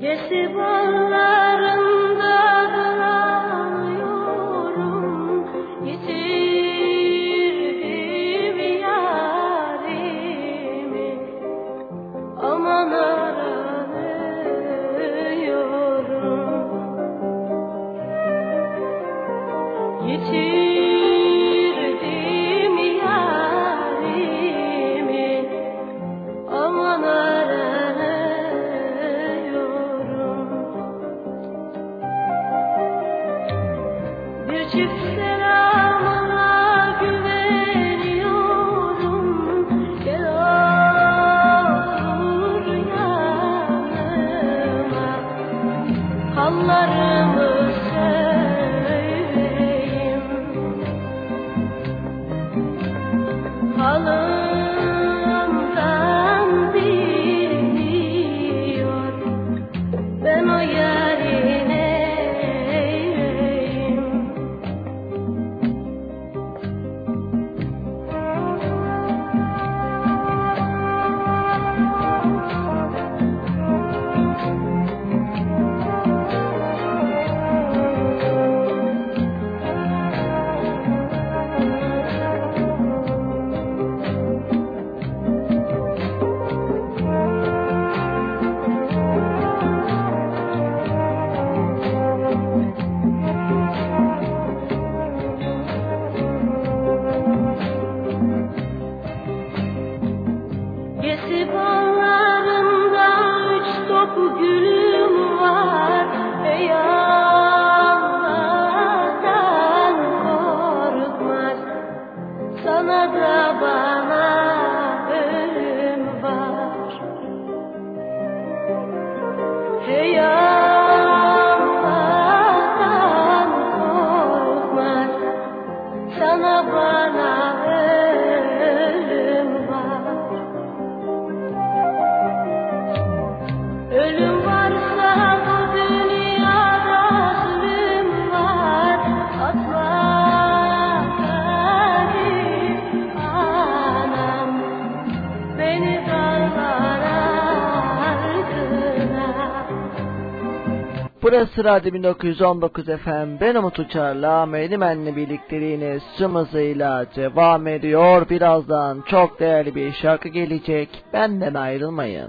Burası Radyo 1919 FM. Ben Umut Uçar'la Meylimen'le birlikteliğiniz tüm hızıyla devam ediyor. Birazdan çok değerli bir şarkı gelecek. Benden ayrılmayın.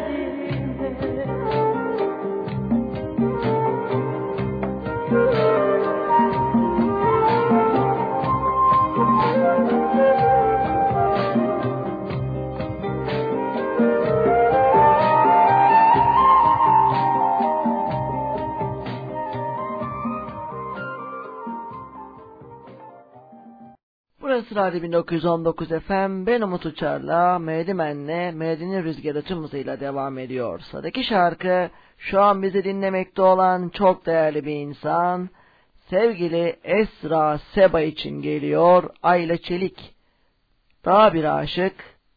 Radyo 1919 FM. Ben Umut Uçar'la Meylimen'le Meyli'nin rüzgarı tüm hızıyla devam ediyor. Sıradaki şarkı şu an bizi dinlemekte olan çok değerli bir insan, sevgili Esra Seba için geliyor. Ayla Çelik, daha bir aşık,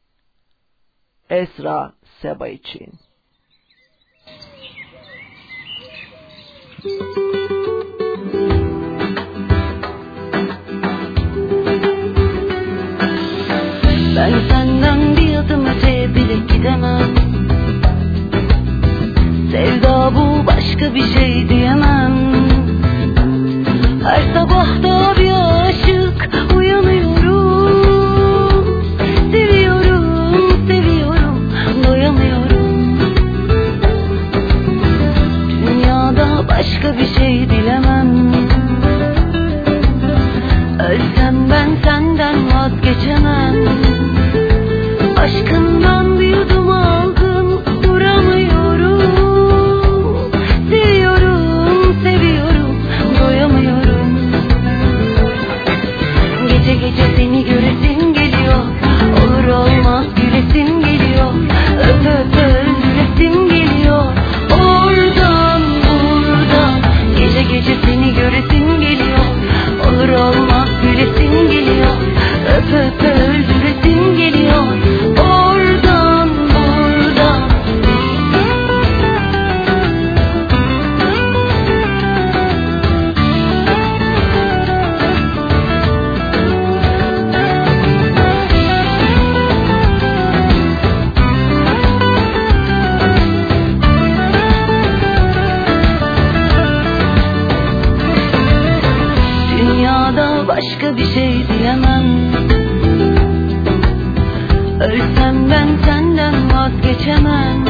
Esra Seba için. Ben senden bir adım öteye bile gidemem. Sevda bu, başka bir şey diyemem. Her sabah da bir aşık uyanıyorum. Seviyorum, seviyorum, doyamıyorum. Dünyada başka bir şey dilemem. Ölsem ben senden vazgeçemem. Aşkından bir yudum aldım, duramıyorum. Seviyorum, seviyorum, doyamıyorum. Gece gece seni göresim geliyor. Olur olmaz gülesim geliyor. Öp öp öldüresim geliyor. Oradan buradan gece gece seni göresim geliyor. Olur olmaz gülesim geliyor. Öp öp öldüresim geliyor. başka bir şey diyemem. Ölsem ben senden vazgeçemem.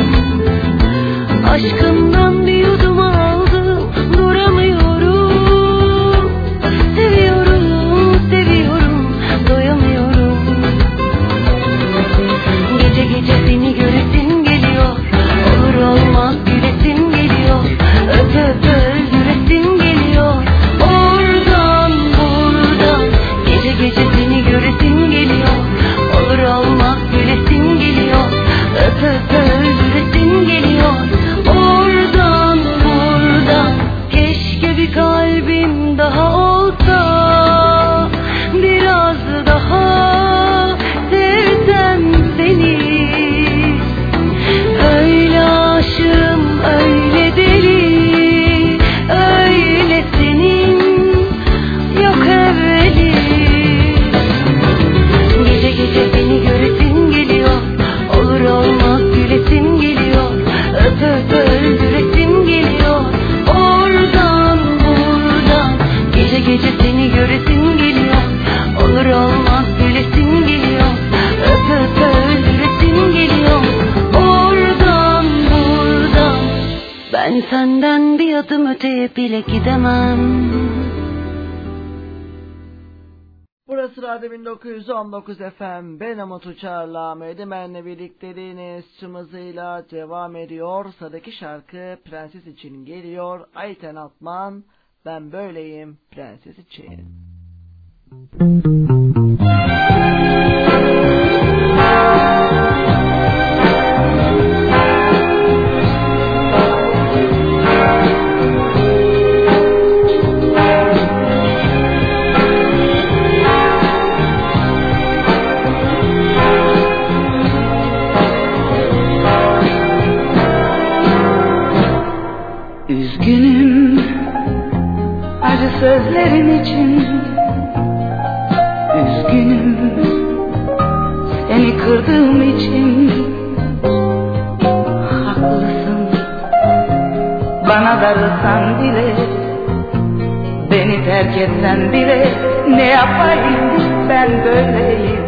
Aşkımdan bir yudum aldım, duramıyorum. Seviyorum, seviyorum, doyamıyorum. Gece gece seni göresim geliyor. Olur olmaz gülesim geliyor. Öp öp öldüresim geliyor. Oradan buradan gece gece seni göresim geliyor. Olur olmaz gülesim geliyor. Öp öp öldüresim geliyor. Oradan buradan keşke bir kalbim daha olsa, biraz daha sevsem seni. Öyle aşığım, öyle deli, öyle senin yok evveli. Gece gece seni göresim geliyor. Olur olmaz gülesim geliyor. Öp öp öldüresim geliyor. Oradan buradan gece gece seni göresim geliyor. Olur olmaz gülesim geliyor. Öp öp öldüresim geliyor. Oradan buradan ben senden bir adım öteye bile gidemem. Burası Radyo 1919 FM. Ben Umut Uçar'la Medimen'le birlikteliğiniz tüm hızıyla devam ediyor. Sıradaki şarkı Prenses için geliyor. Ayten Atman, Ben Böyleyim Prenses için. Üzgünüm acı sözlerin için. Üzgünüm seni kırdığım için. Haklısın, bana darılsan bile, beni terk etsen bile, ne yapayım ben böyleyim.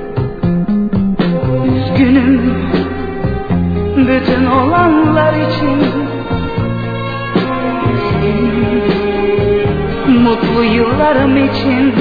Üzgünüm bütün olanlar için. Mutlu yıllarım için.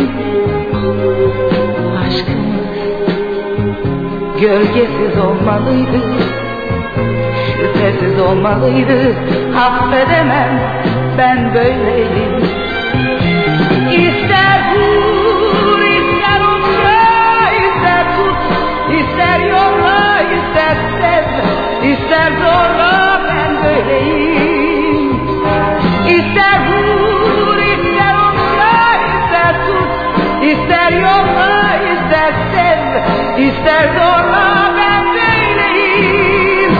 Aşkımız gölgesiz olmalıydı, şüphesiz olmalıydı. Affedemem ben böyleyim. İster vur, ister uçra, ister tut, ister yolla, ister sev, ister zorla, ben böyleyim. İster vur, ister uçra, ister tut, ister yolla, ister sev, ister zorla, ben böyleyim.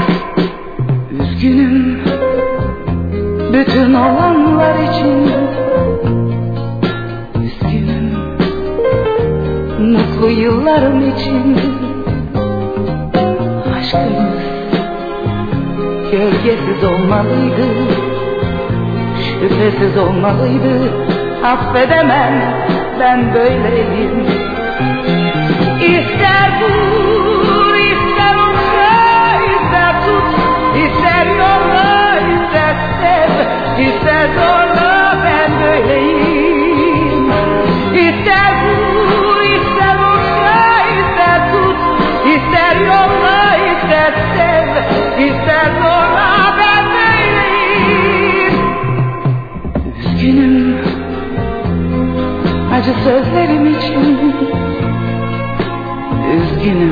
Üzgünüm bütün olanlar için. Üzgünüm mutlu yıllarım için. Aşkımız gölgesiz olmalıydı, şüphesiz olmalıydı. Affedemem ben böyleyim. İster vur, ister uçra, ister tut, ister yolla, ister sev, ister zorla, ben böyleyim. İster vur, ister uçra, ister tut, ister yolla, ister sev, ister zorla, ben böyleyim. Üzgünüm acı sözlerim için. Üzgünüm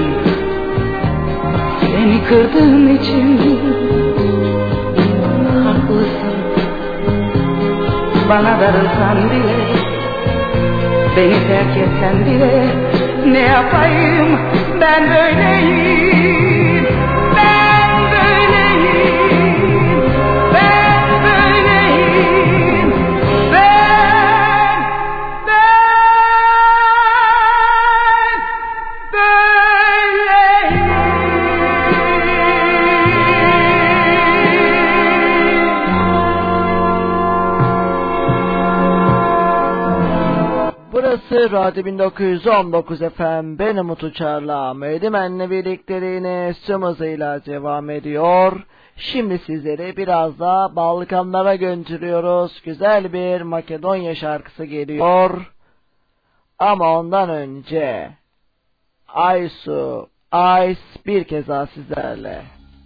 seni kırdığım için. Haklısın, bana darılsan bile, beni terk etsen bile, ne yapayım ben böyleyim. Ben böyleyim, ben böyleyim, ben böyleyim. Burası Radyo 1919 FM. Ben Umut Uçar'la Medimen'le birlikte yine tüm hızıyla devam ediyor. Şimdi sizleri biraz da Balkanlara götürüyoruz. Güzel bir Makedonya şarkısı geliyor. Ama ondan önce Aysu, Ice bir kez daha sizlerle.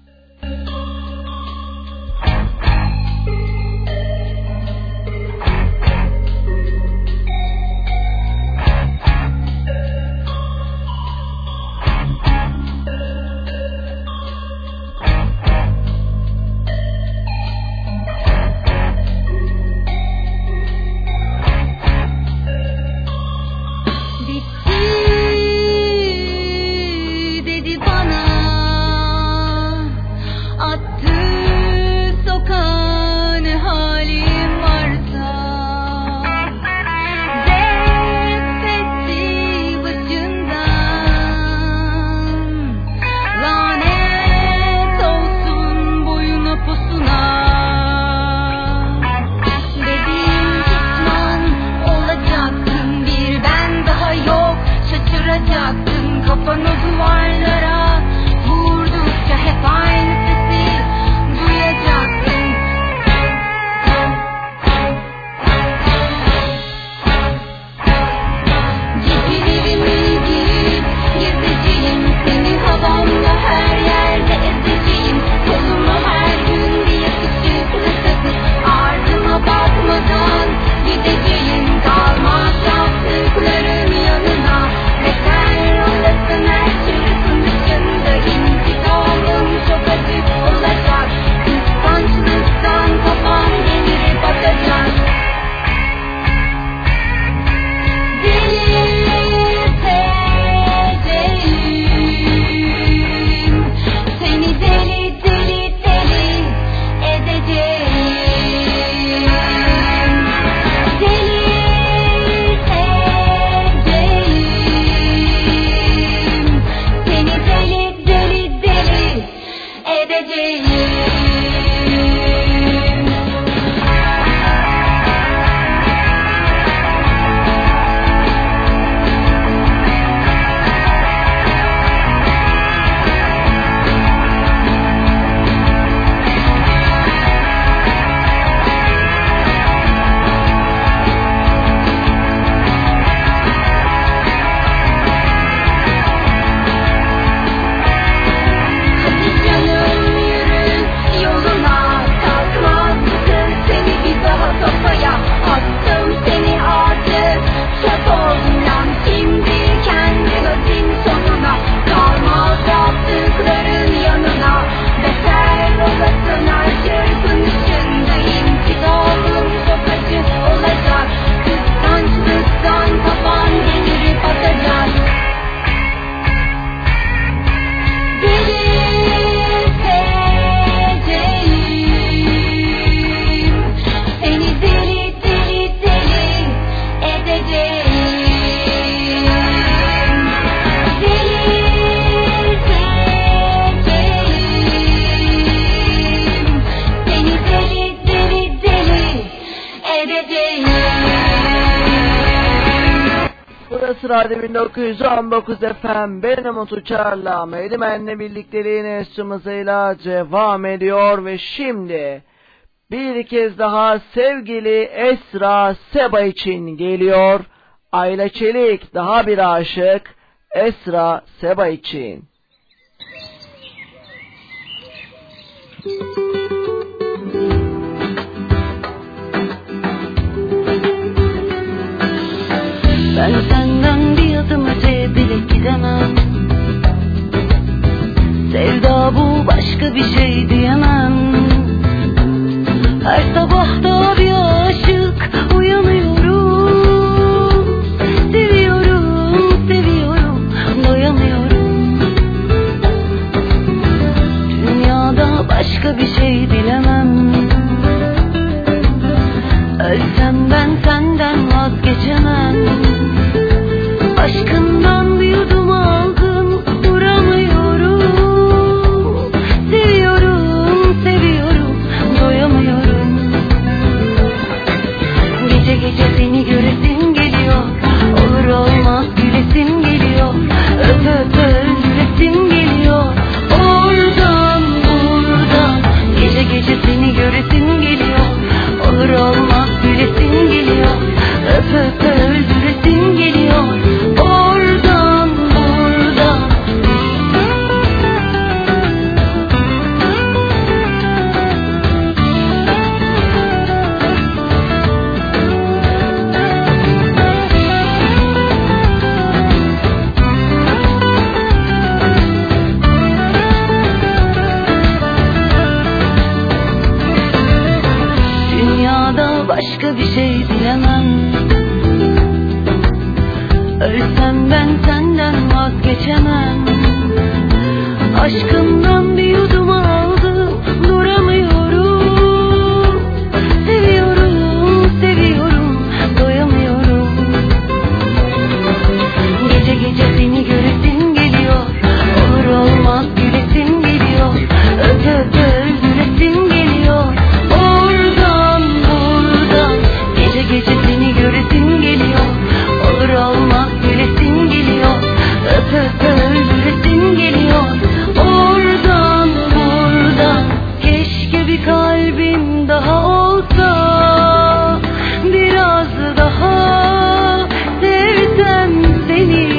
Radyo 1919 FM. Ben Umut Uçar'la Medimen'le birlikteliğine hızıyla devam ediyor ve şimdi bir kez daha sevgili Esra Seba için geliyor. Ayla Çelik daha bir aşık Esra Seba için. Ben senden bir adım öte bile gidemem. Sevda bu, başka bir şey diyemem. Her sabah da bir aşık uyanıyorum. Seviyorum, seviyorum, doyamıyorum. Dünyada başka bir şey dilemem. Ölsem ben senden vazgeçemem. Aşkından bir yudum aldım, duramıyorum. Seviyorum, seviyorum, doyamıyorum. Gece gece seni göresim geliyor. Olur başka bir şey dilemem. Ölsem ben senden vazgeçemem. Aşkından bir yudum aldım, duramıyorum. Seviyorum, seviyorum, doyamıyorum. Gece gece seni göresim geliyor. Olur olmaz gülesim geliyor. Öte öte öldüresim geliyor. Oradan buradan. Gece gece seni göresim geliyor. Olur olmaz gülesim geliyor. Öte öte öldüresim geliyor. Oradan buradan. Keşke bir kalbim daha olsa, biraz daha sevsem seni.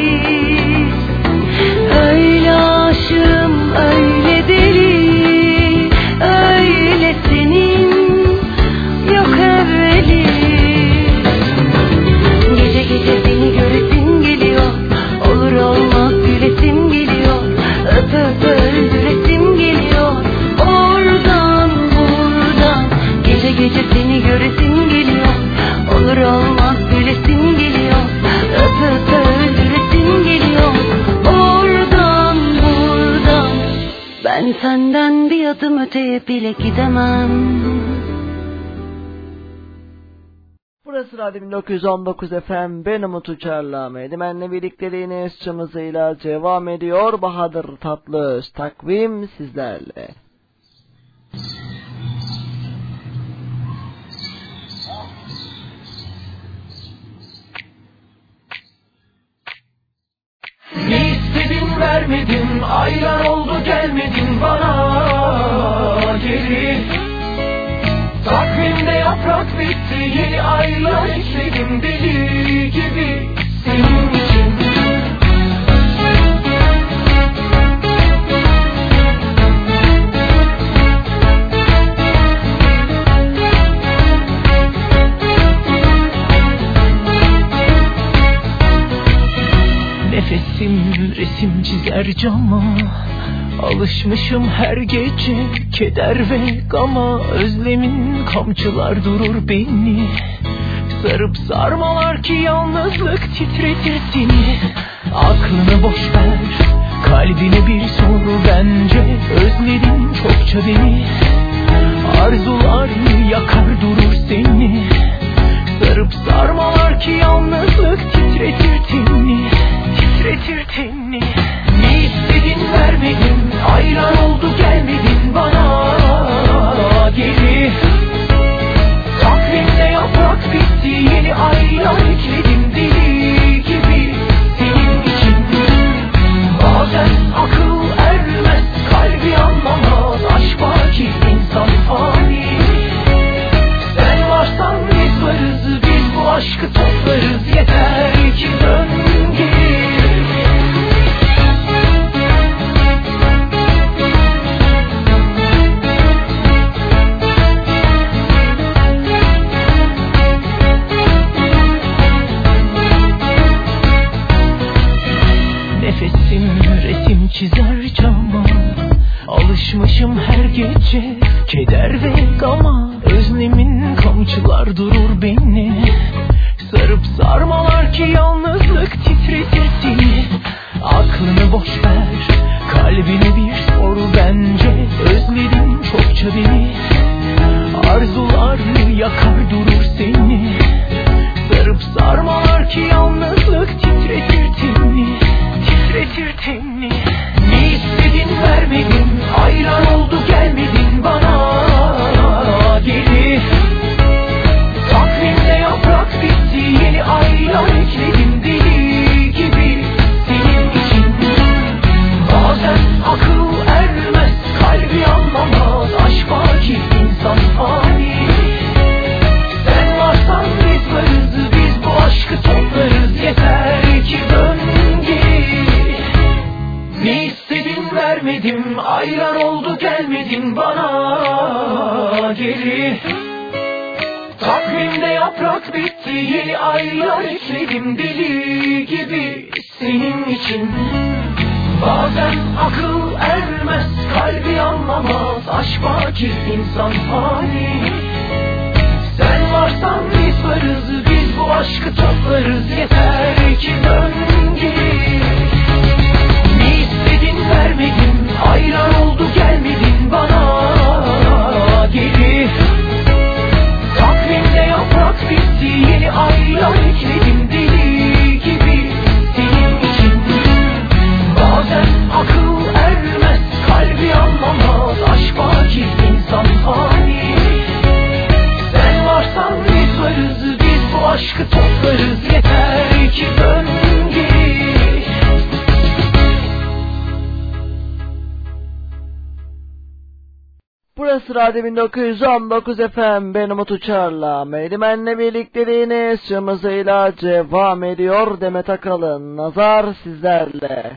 Öyle aşığım, öyle deli, öyle senin yok evveli. Gece gece seni göresim geliyor. Olur olmaz gülesim geliyor. Öpe öpe öldüresim geliyor. Oradan buradan. Gece gece seni göresim geliyor. Olur olmaz gülesim geliyor. Öpe öpe öldüresim geliyor. Oradan buradan. Ben senden bir adım öteye bile gidemem. Burası Radyo 1919 FM. Ben Umut Uçar'la Medimen'le birlikteliğiniz çımızıyla devam ediyor. Bahadır Tatlıöz takvim sizlerle. Ne istedim vermedin, aylar oldu gelmedin bana geri. Takvimde yaprak bitti, yeni aylar ekledim deli gibi senin için. Nefesim resim çizer cama, alışmışım her gece keder ve gama. Özlemin kamçılar durur beni, sarıp sarmalar ki yalnızlık titretir seni. Aklını boş ver, kalbine bir sor bence. Özledin çokça beni, arzular yakar durur seni. Sarıp sarmalar ki yalnızlık titretir tenini, titretir tenini. Ne istedin vermedin, aylar oldu gelmedin bana geri. Takvimde yaprak bitti, yeni aylar ekledim deli gibi senin için. Bazen akıl ermez, kalbi anlamaz, aşk var ki insan fani. Sen varsan biz varız, biz bu aşkı toplarız, yeter ki dön geri. Nefesim resim çizer cama, alışmışım her gece keder ve gama. Özlemin kamçılar durur beni, sarıp sarmalar ki yalnızlık titretir seni. Aklını boş ver, kalbine bir sor bence. Özledin çokça beni, arzular yakar durur seni. Sarıp sarmalar ki yalnızlık titretir tenini, titretir tenini. Ne istedin vermedin, aylar oldu gelmedin bana geri. Takvimde yaprak bitti, yeni aylar ekledim deli gibi senin için. Bazen akıl ermez, kalbi anlamaz, aşk var ki insan fani. Sen varsan biz varız, biz bu aşkı toplarız, yeter ki dön geri. Ne istedim vermedim, aylar oldu gelmedin bana geri. Takvimde yaprak bitti, yeni aylar ekledim deli gibi senin için. Bazen akıl ermez, kalbi anlamaz, aşk var ki insan fani. Sen Sen varsan biz varız, biz bu aşkı toplarız. Yeter ki dön geri. Ne istedin vermedin, hayran oldu gelmedin bana geri. Takvimde yaprak bitti, yeni aylar ekledim deli gibi senin için. Bazen akıl ermez, kalbi anlamaz, aşk vacip insan fani. Sen varsan biz varız, biz bu aşkı toplarız. Yeter ki dön geri. Burası Radyo 1919 FM. Ben Umut Uçar'la Meylimen'le birlikteliğine hızıyla devam ediyor. Demet Akalın, Nazar sizlerle.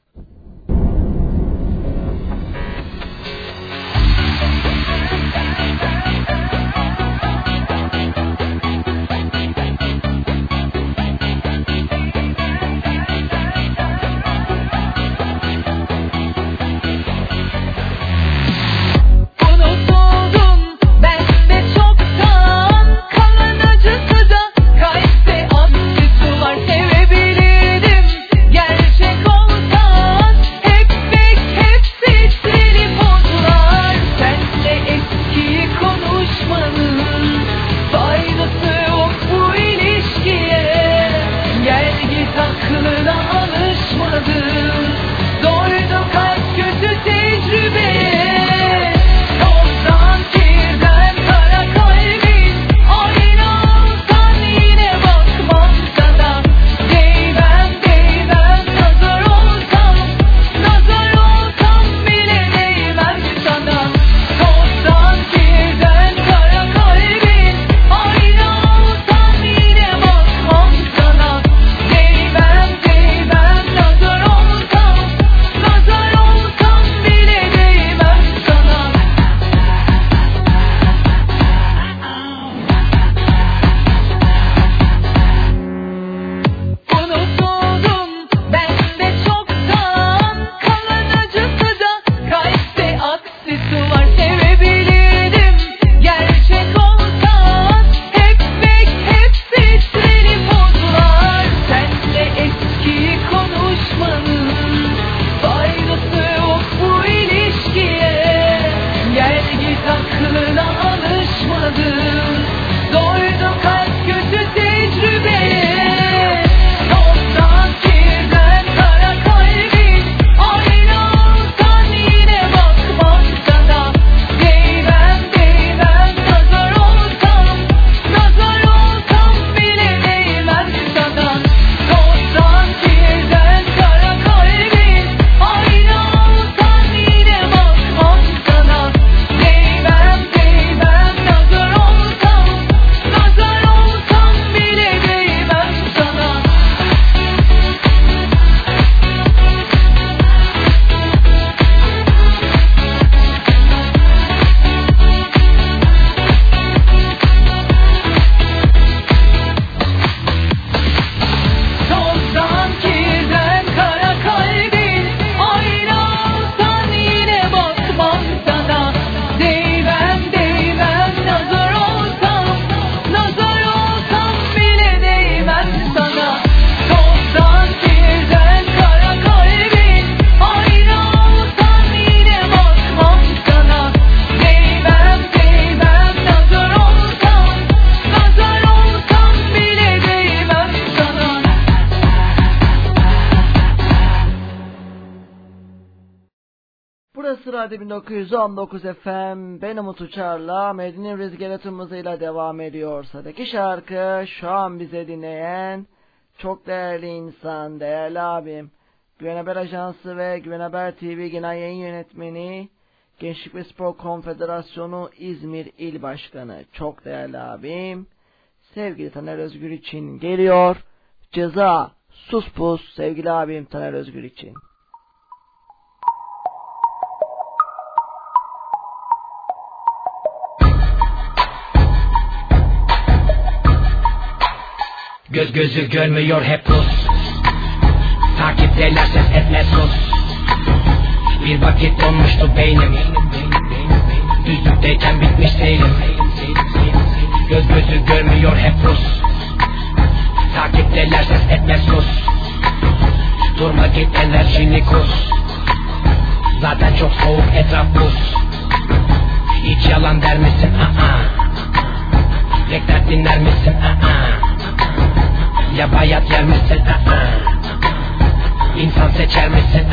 Radyo 1919 FM. Ben Umut Uçar'la Medine Rüzgarı devam ediyor. Sıradaki şarkı şu an bize dinleyen çok değerli insan, değerli abim, Güven Haber Ajansı ve Güven Haber TV Genel Yayın Yönetmeni, Gençlik ve Spor Konfederasyonu İzmir İl Başkanı, çok değerli abim, sevgili Taner Özgür için geliyor. Ceza, Sus Pus, sevgili abim Taner Özgür için. Göz gözü görmüyor hep Rus. Takipteler ses etmez sus. Bir vakit donmuştu beynim. Düzlükteyken bitmiş seyrim. Göz gözü görmüyor hep Rus. Takipteler ses etmez sus. Durma git enerjini kus. Zaten çok soğuk etraf buz. Hiç yalan der misin? Tek dert dinler misin? Ya bayat yer misin? İnsan seçer misin?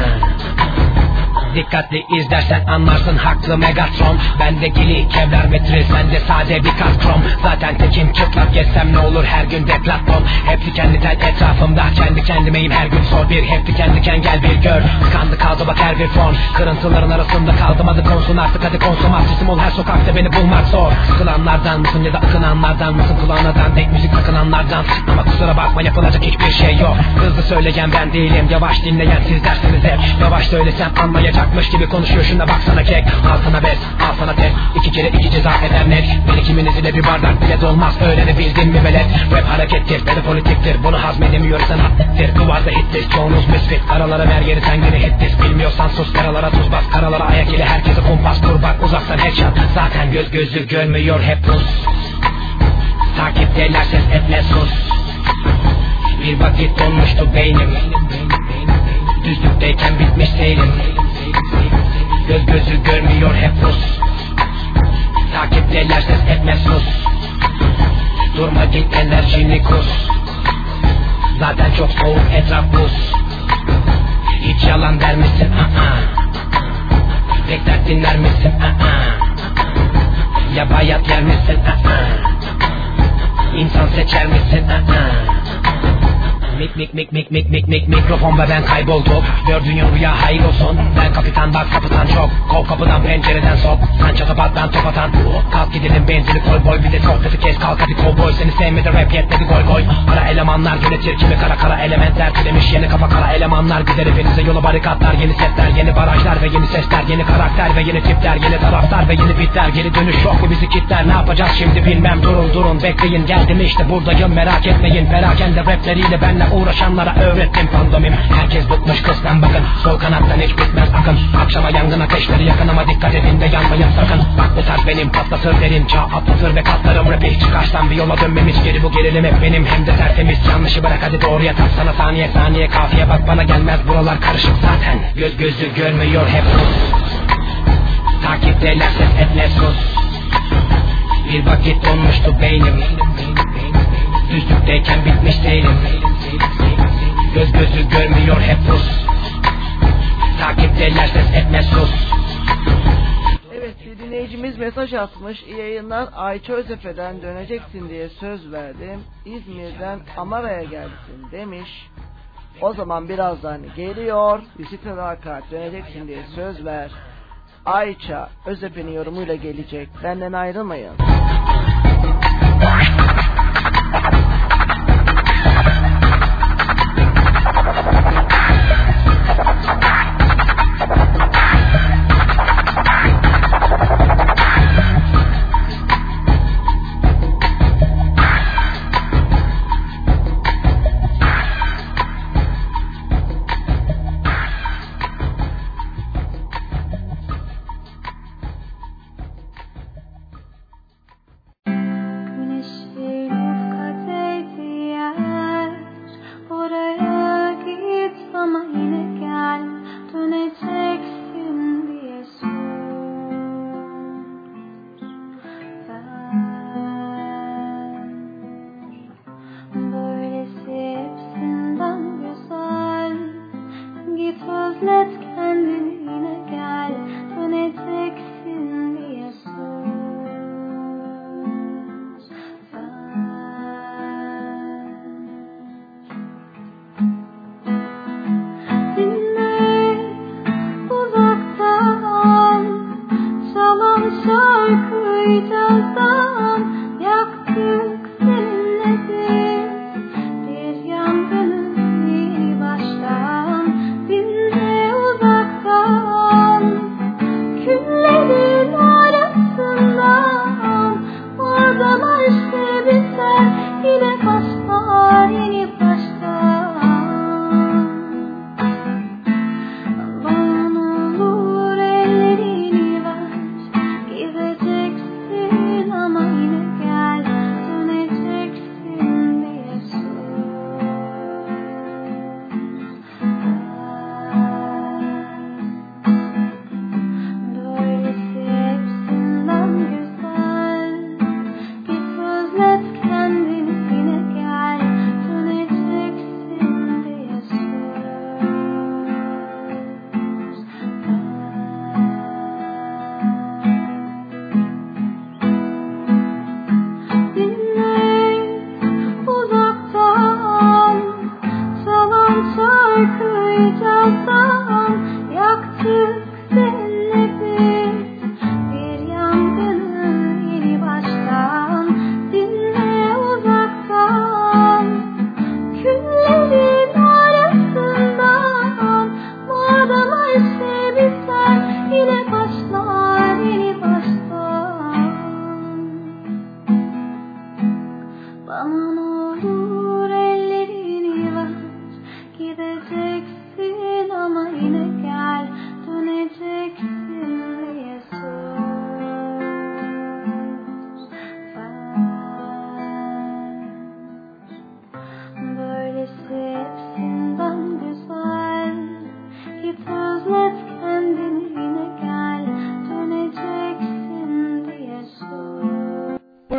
Dikkatli izlersen anlarsın haklı Megatron. Bende gili kevlar metre, sende sade birkaç krom. Zaten tekim çıplak gezsem ne olur her gün deplatmam. Hep diken diken etrafımda, kendi kendimeyim her gün sor bir. Hep diken diken gel bir gör. Tıkandı kaldı bak her bir fon. Kırıntıların arasında kaldım adı konsun artık hadi konsumatistim ol her sokakta beni bulmak zor. Sıkılanlardan mısın ya da akınanlardan mısın? Kulağına tek müzik takılanlardan. Ama kusura bakma yapılacak hiçbir şey yok. Hızlı söyleyen ben değilim, yavaş dinleyen siz dersiniz hep. Yavaş söylesem anlayacakmış gibi konuşuyor, şuna baksana kek. Al sana bes, al sana test. 2 kere 2 ceza eder net. Beni kiminiz ile bir bardak bile dolmaz, öğrenebildin mi velet? Rap harekettir ve de politiktir, bunu hazmedemiyorsan hattir. Duvarda hittir, çoğunuz misfit. Aralara ver yeri sen gene hittir. Bilmiyorsan sus, karalara tuz bas. Karalara ayak ile herkese kumpas kur bak. Uzaktan headshot, zaten göz gözü görmüyor hep Rus. Takipteler ses etmez sus. Bir vakit donmuştu beynim. Düzlükteyken bitmiş seyrim. Göz gözü görmüyor hep Rus. Takipteler ses etmez sus. Durma git enerjini kus. Zaten çok soğuk etraf buz. Hiç yalan der misin? Tek dert dinler misin? Ya bayat yer misin? İnsan seçer misin? Mikrofon ve ben kaybolduk. Gördüğün rüya hayır olsun. Ben kapitan bak kapıdan çok. Kov kapıdan pencereden sok. Sen çatapat ben top atan. Kalk gidelim benzini koy boy. Bir de sohbeti kes kalk hadi kovboy. Seni sevmedi rap yetmedi goy goy. Ara elemanlar yönetir kimi kara elementler türemiş. Yeni kafa kara elemanlar gider hepinize yolu barikatlar. Yeni setler yeni barajlar ve yeni sesler. Yeni karakter ve yeni tipler. Yeni taraftar ve yeni bitler. Geri dönüş yok mu bizi kitler? Ne yapacağız şimdi bilmem. Durun bekleyin geldim işte buradayım merak etmeyin. Perakende rapleriyle benle uğraşanlara öğrettim pandomim. Herkes bıkmış kısmen bakın. Sol kanattan hiç bitmez akın. Akşama yangın ateşleri yakın ama dikkat edin de yanmayın sakın. Bak bu tarz benim patlatır derin. Çağ atlatır ve katlarım rapi. Çıkarsam bir yola dönmemiş geri bu gerilim hep benim. Hem de tertemiz yanlışı bırak hadi doğruya tap sana saniye kafiye bak bana gelmez buralar karışık zaten. Göz gözü görmüyor hep Rus. Takipteler ses etmez sus. Bir vakit donmuştu beynim. Düzlükteyken bitmiş seyrim. Göz gözü görmüyor hep Rus. Takipteler ses etmez sus. Evet, bir dinleyicimiz mesaj atmış. İyi yayınlar, Ayça Özefe'den döneceksin diye söz verdim. İzmir'den Amara'ya gelsin demiş. O zaman birazdan geliyor. Yusuf Hakkart döneceksin diye söz ver. Ayça Özefe'nin yorumuyla gelecek. Benden ayrılmayın. Ama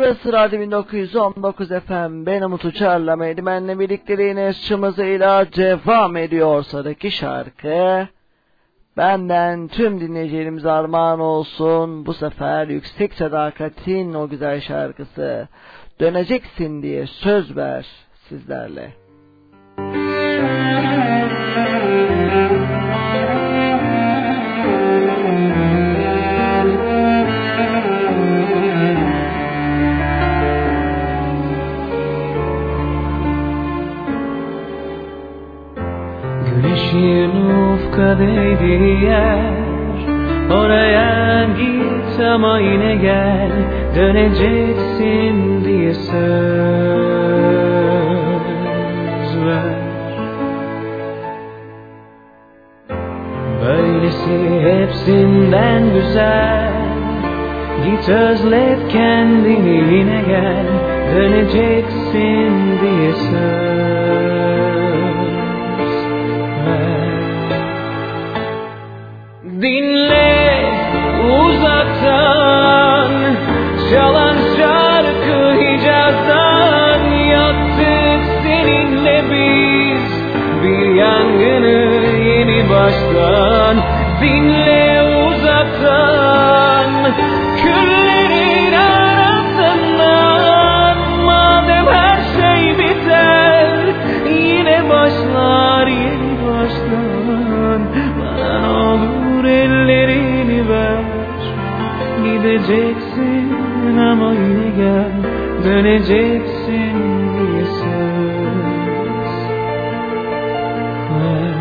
Burası Radyo 1919 FM. Ben Umut Uçar'la Medimen'le birlikteliğiniz çımızıyla devam ediyor. Sıradaki şarkı benden tüm dinleyicilerimize armağan olsun. Bu sefer Yüksek Sadakat'in o güzel şarkısı Döneceksin diye söz ver sizlerle. Güneşin ufka değdiği yer, oraya git ama yine gel, döneceksin diye söz ver. Böylesi hepsinden güzel, git özlet kendini yine gel, döneceksin diye söz. Dinle uzaktan çalan şarkı Hicaz'dan, yaktık seninle biz bir yangını yeni baştan. Dinle uzaktan küllerin arasından, madem her şey biter yine başlar yeni baştan. Bana ne olur ellerini ver, gideceksin ama yine gel, döneceksin diye söz ver.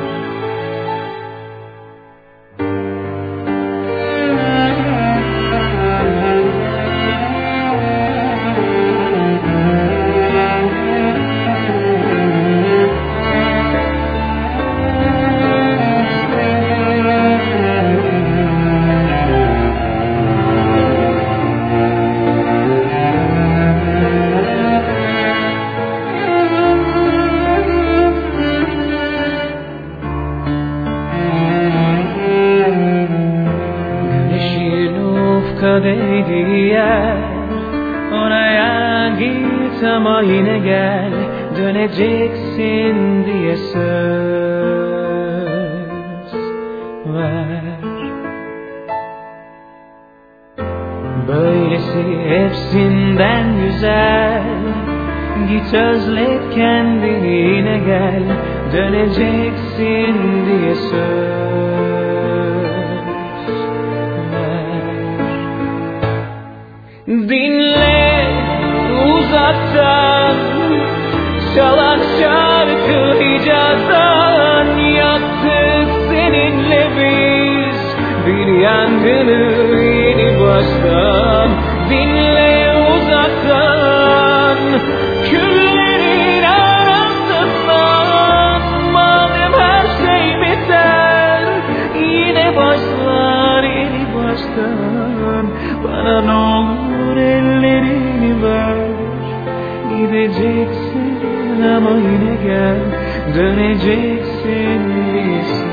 Değdiği yer, oraya git ama yine gel, döneceksin diye söz ver. Böylesi hepsinden güzel, git özlet kendini yine gel, döneceksin diye söz. Dinle uzaktan çalan şarkı Hicaz'dan, yaktık seninle biz bir yangını yeni baştan. Dinle uzaktan küllerin arasından, madem her şey biter yine başlar yeni baştan. Bana ne olur ellerini ver, gideceksin ama yine gel, döneceksin diye söz.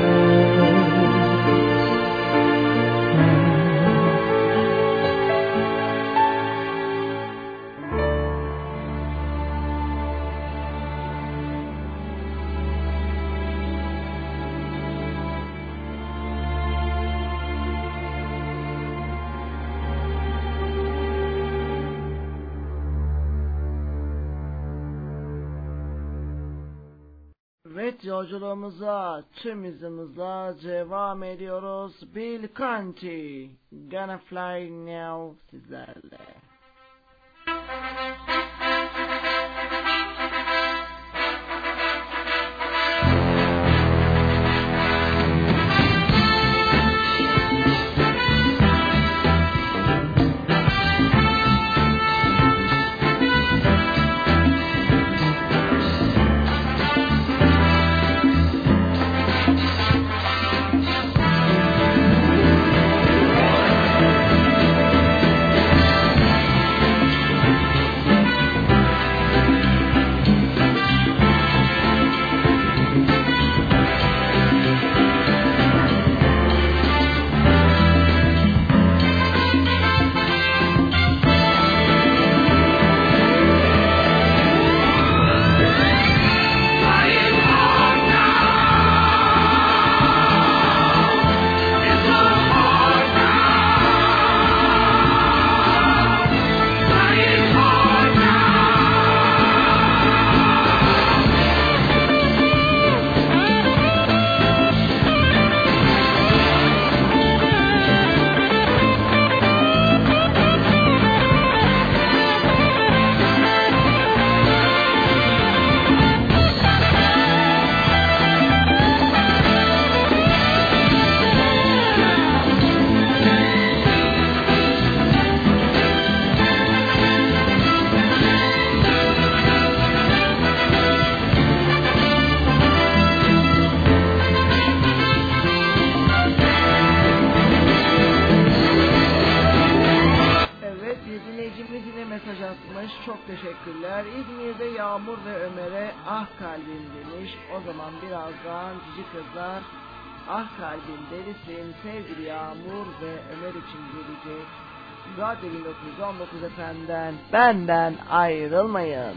Evet, yolculuğumuza tüm hızımızla devam ediyoruz. Bill Conti, Gonna Fly Now sizlerle. yazmış. Çok teşekkürler. İzmir'de Yağmur ve Ömer'e ah kalbim demiş. O zaman birazdan Cici Kızlar ah kalbim delisin sevgili Yağmur ve Ömer için gelecek. Radyo 1919 FM'den benden ayrılmayın.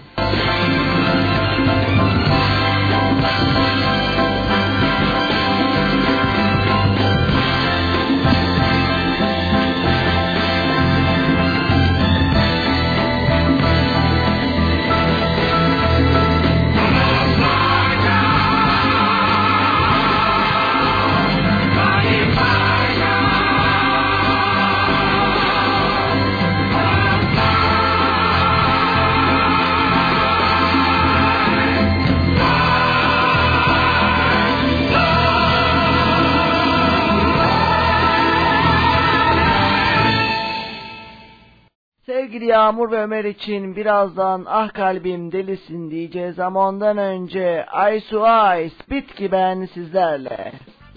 Sevgili Yağmur ve Ömer için birazdan ah kalbim delisin diyeceğiz ama ondan önce Ice to Ice Bitki ben sizlerle.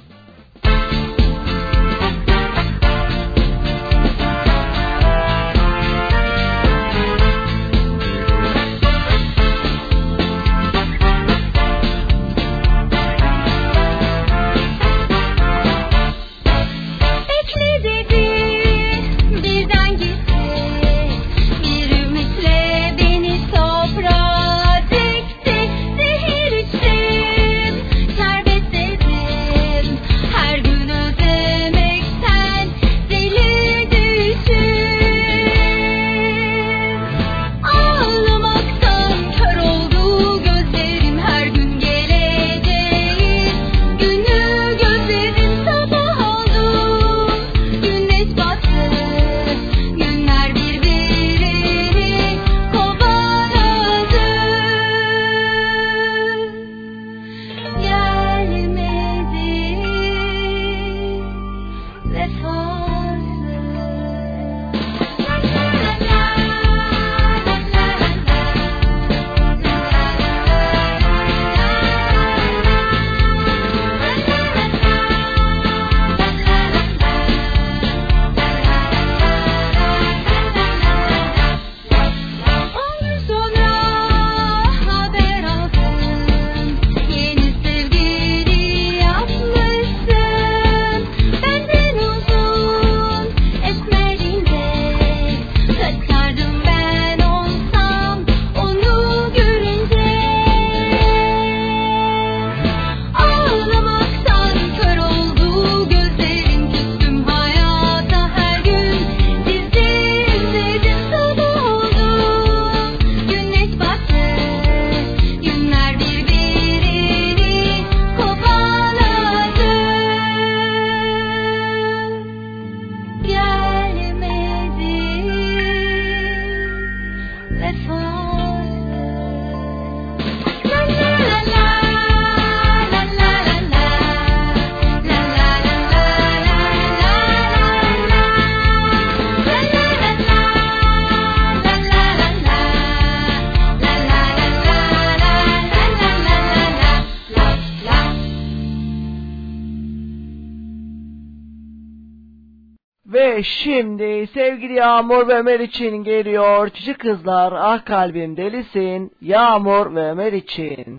Ve şimdi sevgili Yağmur ve Ömer için geliyor Cici Kızlar ah kalbim delisin Yağmur ve Ömer için.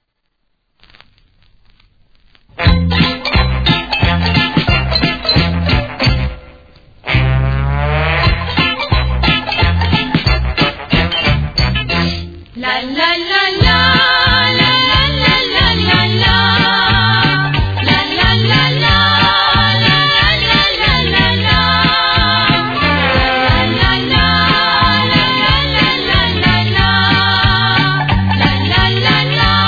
La la la la. La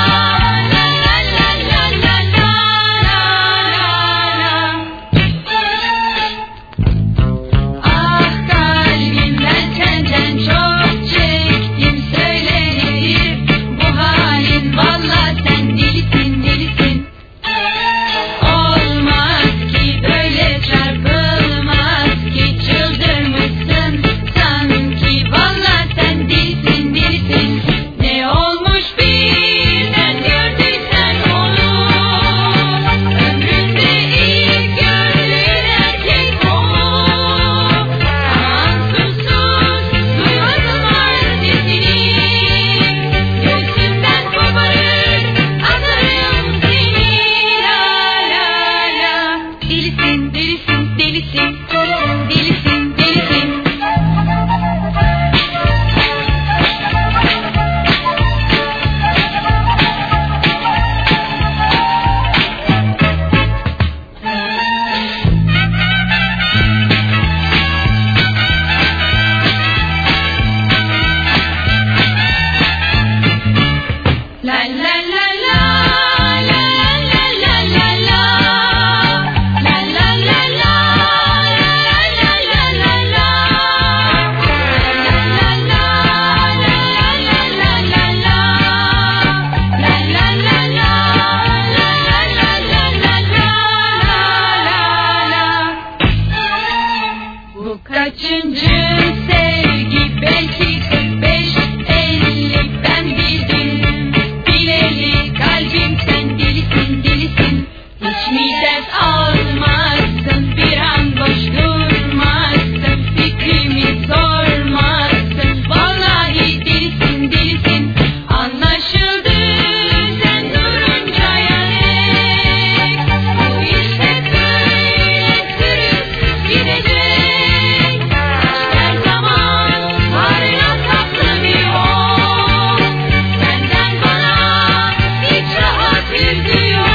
kaçıncı sevgi, belki 45-50 ben bildim. Bileli kalbim sen delisin delisin. Hiç mi ders almazsın, bir an boş durmazsın, fikrimi sormazsın. Vallahi delisin delisin, anlaşıldı sen durunca yanık. Bu iş hep böyle sürüp gidecek. Her zaman hala tatlı bir o. Senden bana hiç rahat yüzü yok.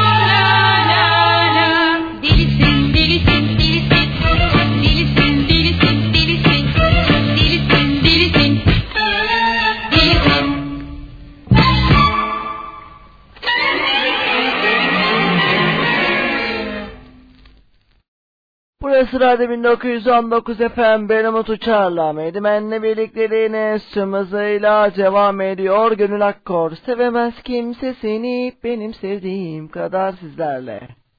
Delisin, delisin, delisin. Delisin, delisin, delisin. Delisin, delisin. Delisin. Burası Radyo 1919 FM, ben Umut Uçar'la Medimen'le birlikteliğine tüm hızıyla devam ediyor. Gönül Akkor, sevemez kimse seni benim sevdiğim kadar sizlerle.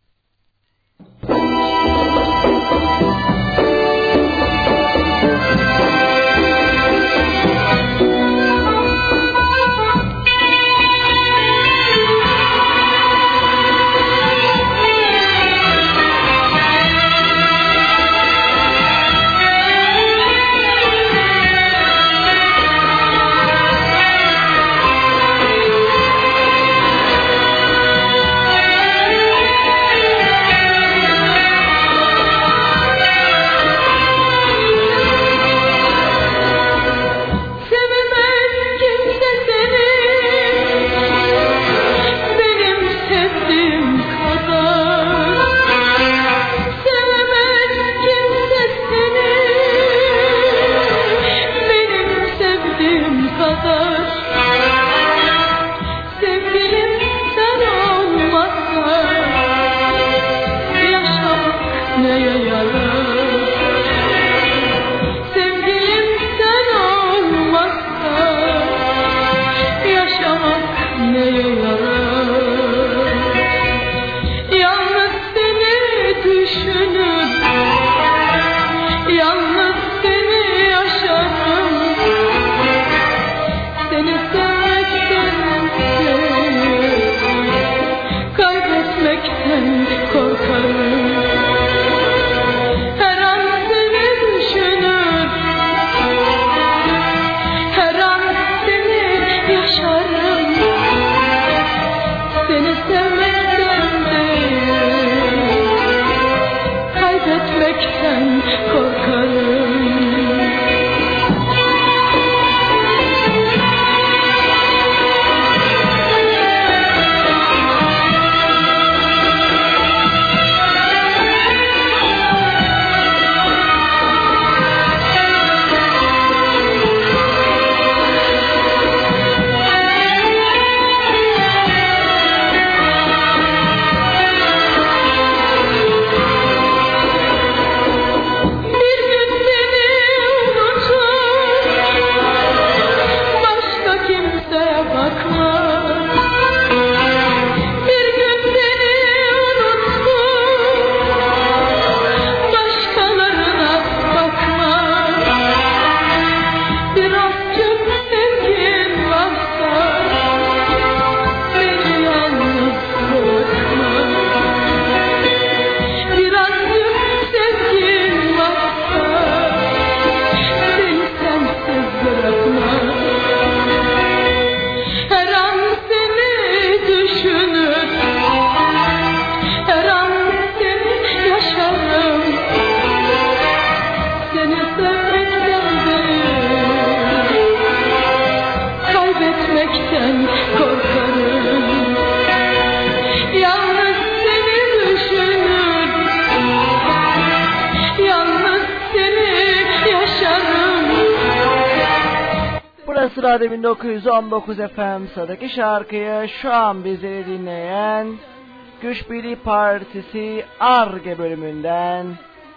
Radyo 1919 FM, sıradaki şarkıyı şu an bizi dinleyen Güç Birliği Partisi Ar-Ge bölümünden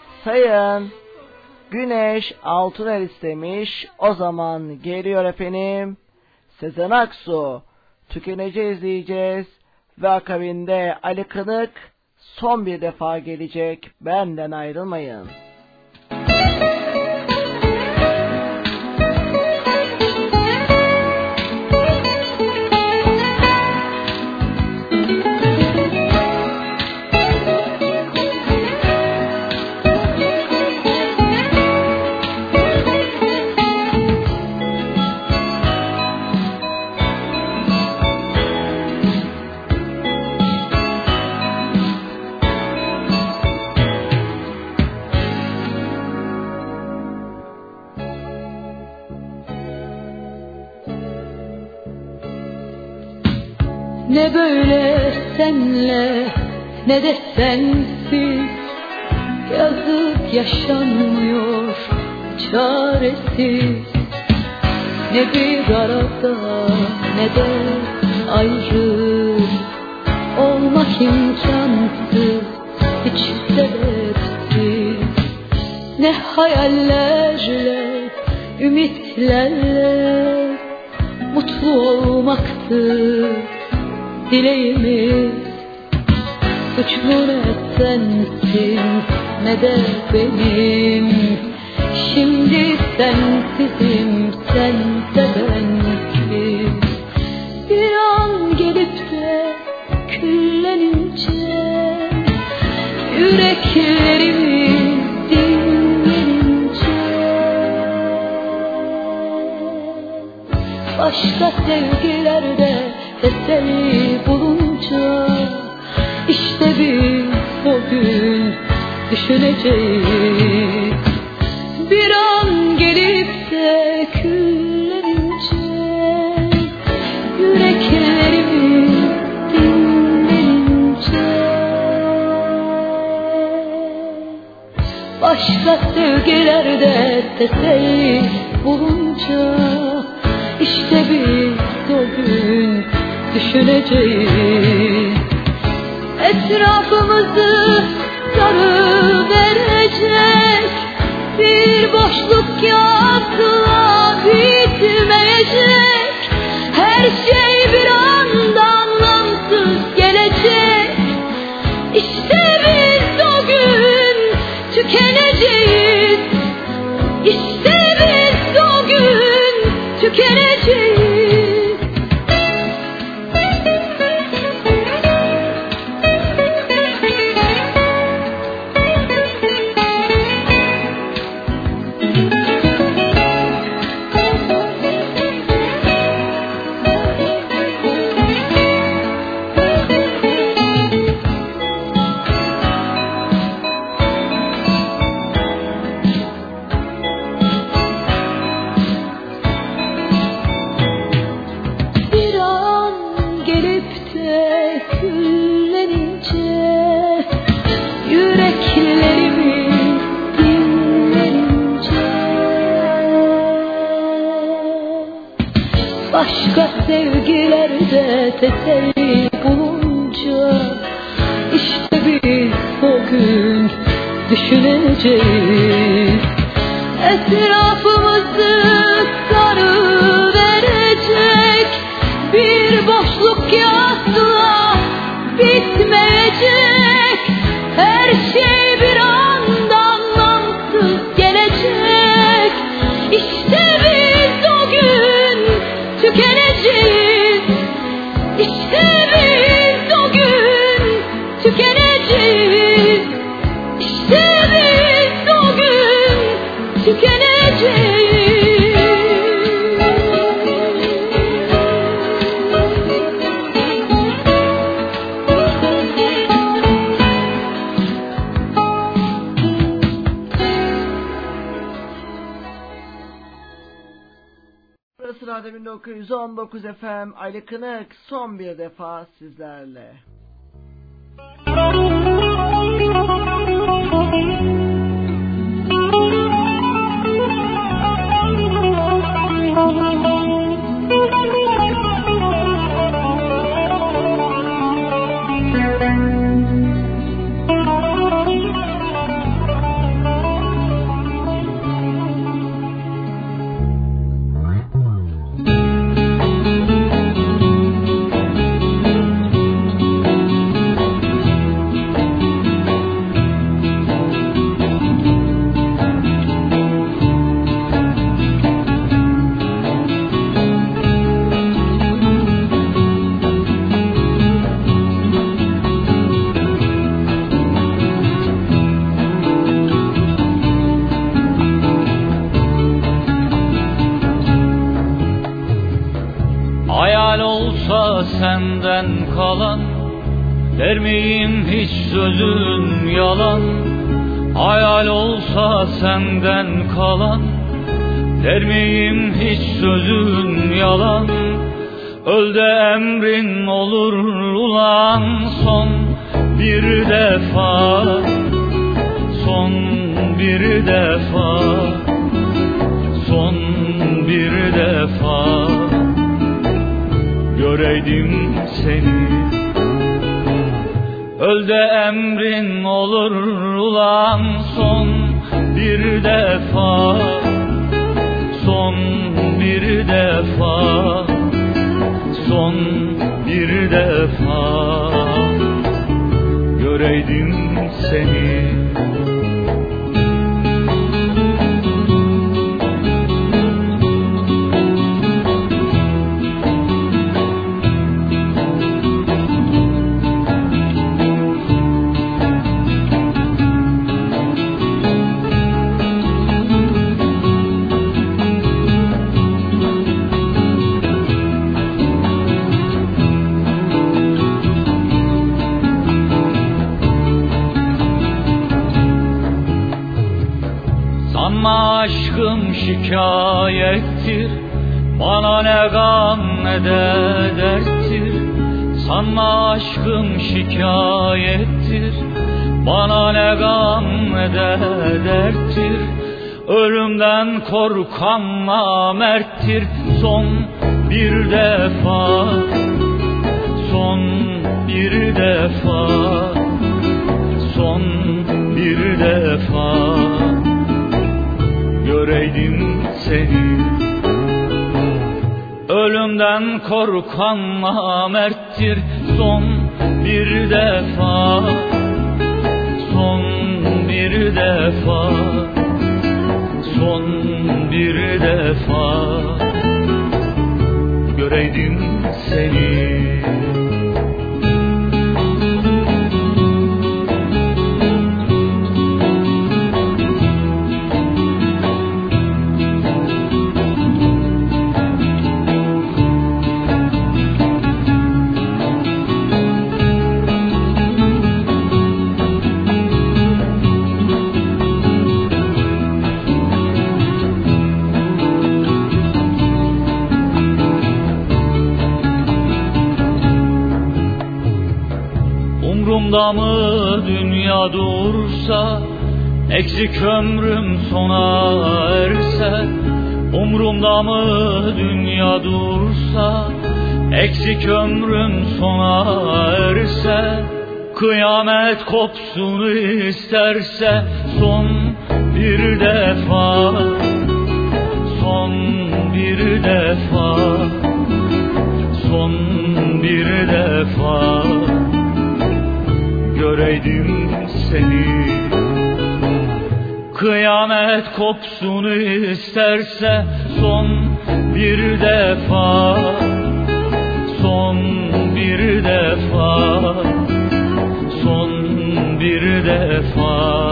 Sayın Güneş Altunel istemiş. O zaman geliyor efendim. Sezen Aksu, Tükeneceğiz diyeceğiz ve akabinde Ali Kınık son bir defa gelecek. Benden ayrılmayın. Ne böyle senle ne de sensiz, yazık yaşanmıyor çaresiz. Ne bir arada ne de ayrı, olmak imkansız hiç sebepsiz. Ne hayallerle, ümitlerle mutlu olmaktı dileğimiz. Suçlu ne sensin ne de benim, şimdi sensizim, sense bensiz. Bir an gelip de küllenince, yüreklerimiz dinlenince, başka sevgilerde teselli bulunca, İşte biz o gün düşüneceğiz. Bir an gelip de küllenince, yüreklerimiz dinlenince, başka sevgilerde teselli bulunca, İşte biz o gün düşüneceğiz. Etrafımızı sarıverecek bir boşluk yokla bitmeyecek. Her şey bir anda anlamsız gelecek. İşte biz o gün tükeneceğiz. İşte biz o gün tükeneceğiz. Başka sevgilerde teselli bulunca, İşte biz o gün düşüneceğiz. Etrafımızı sarıverecek bir boşluk yokla bitmeyecek. Her şey bir anda anlamsız gelecek. İşte biz o gün tükeneceğiz. İşte biz o gün tükeneceğiz. İşte biz o gün tükeneceğiz. Burası Radyo 1919 FM. Ali Kınık son bir defa sizlerle. Senden kalan, der miyim hiç sözün yalan? Hayal olsa senden kalan, der miyim hiç sözün yalan? Öl de emrin olur ulan son bir defa, son bir defa, son bir defa göreydim seni. Öl de emrin olur ulan son bir defa, son bir defa, son bir defa göreydim seni. Aşkım şikayettir, bana ne gam ne de derttir. Sanma aşkım şikayettir, bana ne gam ne de derttir. Ölümden korkan namerttir. Son bir defa, son bir defa, son bir defa göreydim seni. Ölümden korkan namerttir. Son bir defa, son bir defa, son bir defa göreydim seni. Umrumda mı dünya dursa, eksik ömrüm sona erse. Umrumda mı dünya dursa, eksik ömrüm sona erse. Kıyamet kopsun isterse. Son bir defa, son bir defa, son bir defa göreydim seni. Kıyamet kopsun isterse. Son bir defa, son bir defa, son bir defa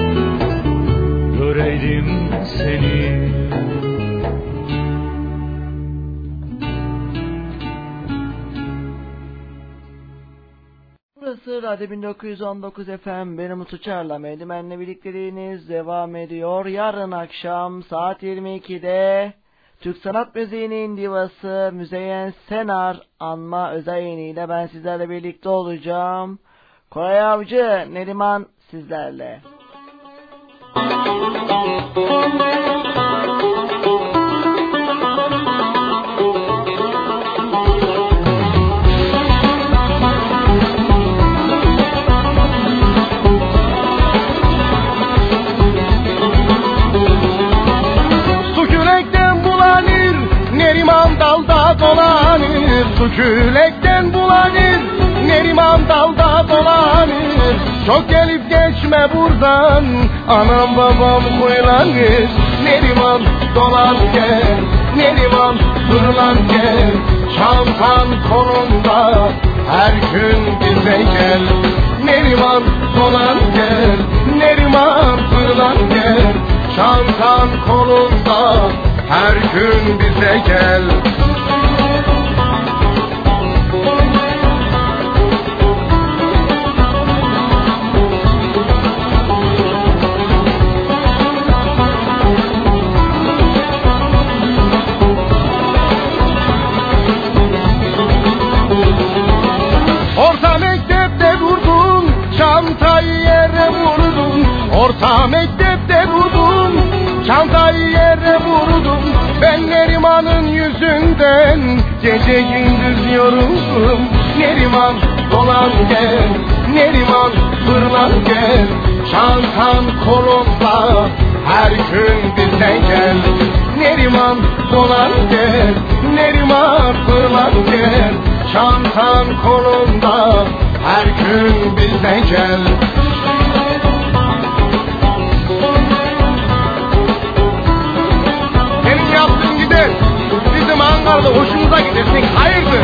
göreydim seni. Burası Radyo 1919 FM. Benim Umut Uçar'la Medimen'le birlikteliğiniz devam ediyor. Yarın akşam saat 22'de Türk sanat müziğinin divası Müzeyyen Senar anma özel yayınıyla ben sizlerle birlikte olacağım. Koray Avcı, Neriman sizlerle. Neriman dalda dolanır, su külekten bulanır. Neriman dalda dolanır. Çok gelip geçme buradan, anam babam huylanır. Neriman dolan gel, Neriman fırlan gel. Çantan kolunda, her gün bize gel. Neriman dolan gel, Neriman fırlan gel. Çantan kolunda, her gün bize gel. Ta mektepte durdum, çantayı yere vurdum. Ben Neriman'ın yüzünden gece gündüz yoruldum. Neriman dolan gel, Neriman fırlan gel. Çantan kolumda, her gün bizden gel. Neriman dolan gel, Neriman fırlan gel. Çantan kolumda, her gün bizden gel. Senin yaptığın gider, bizim Ankara'da hoşumuza gidersin, hayırdır?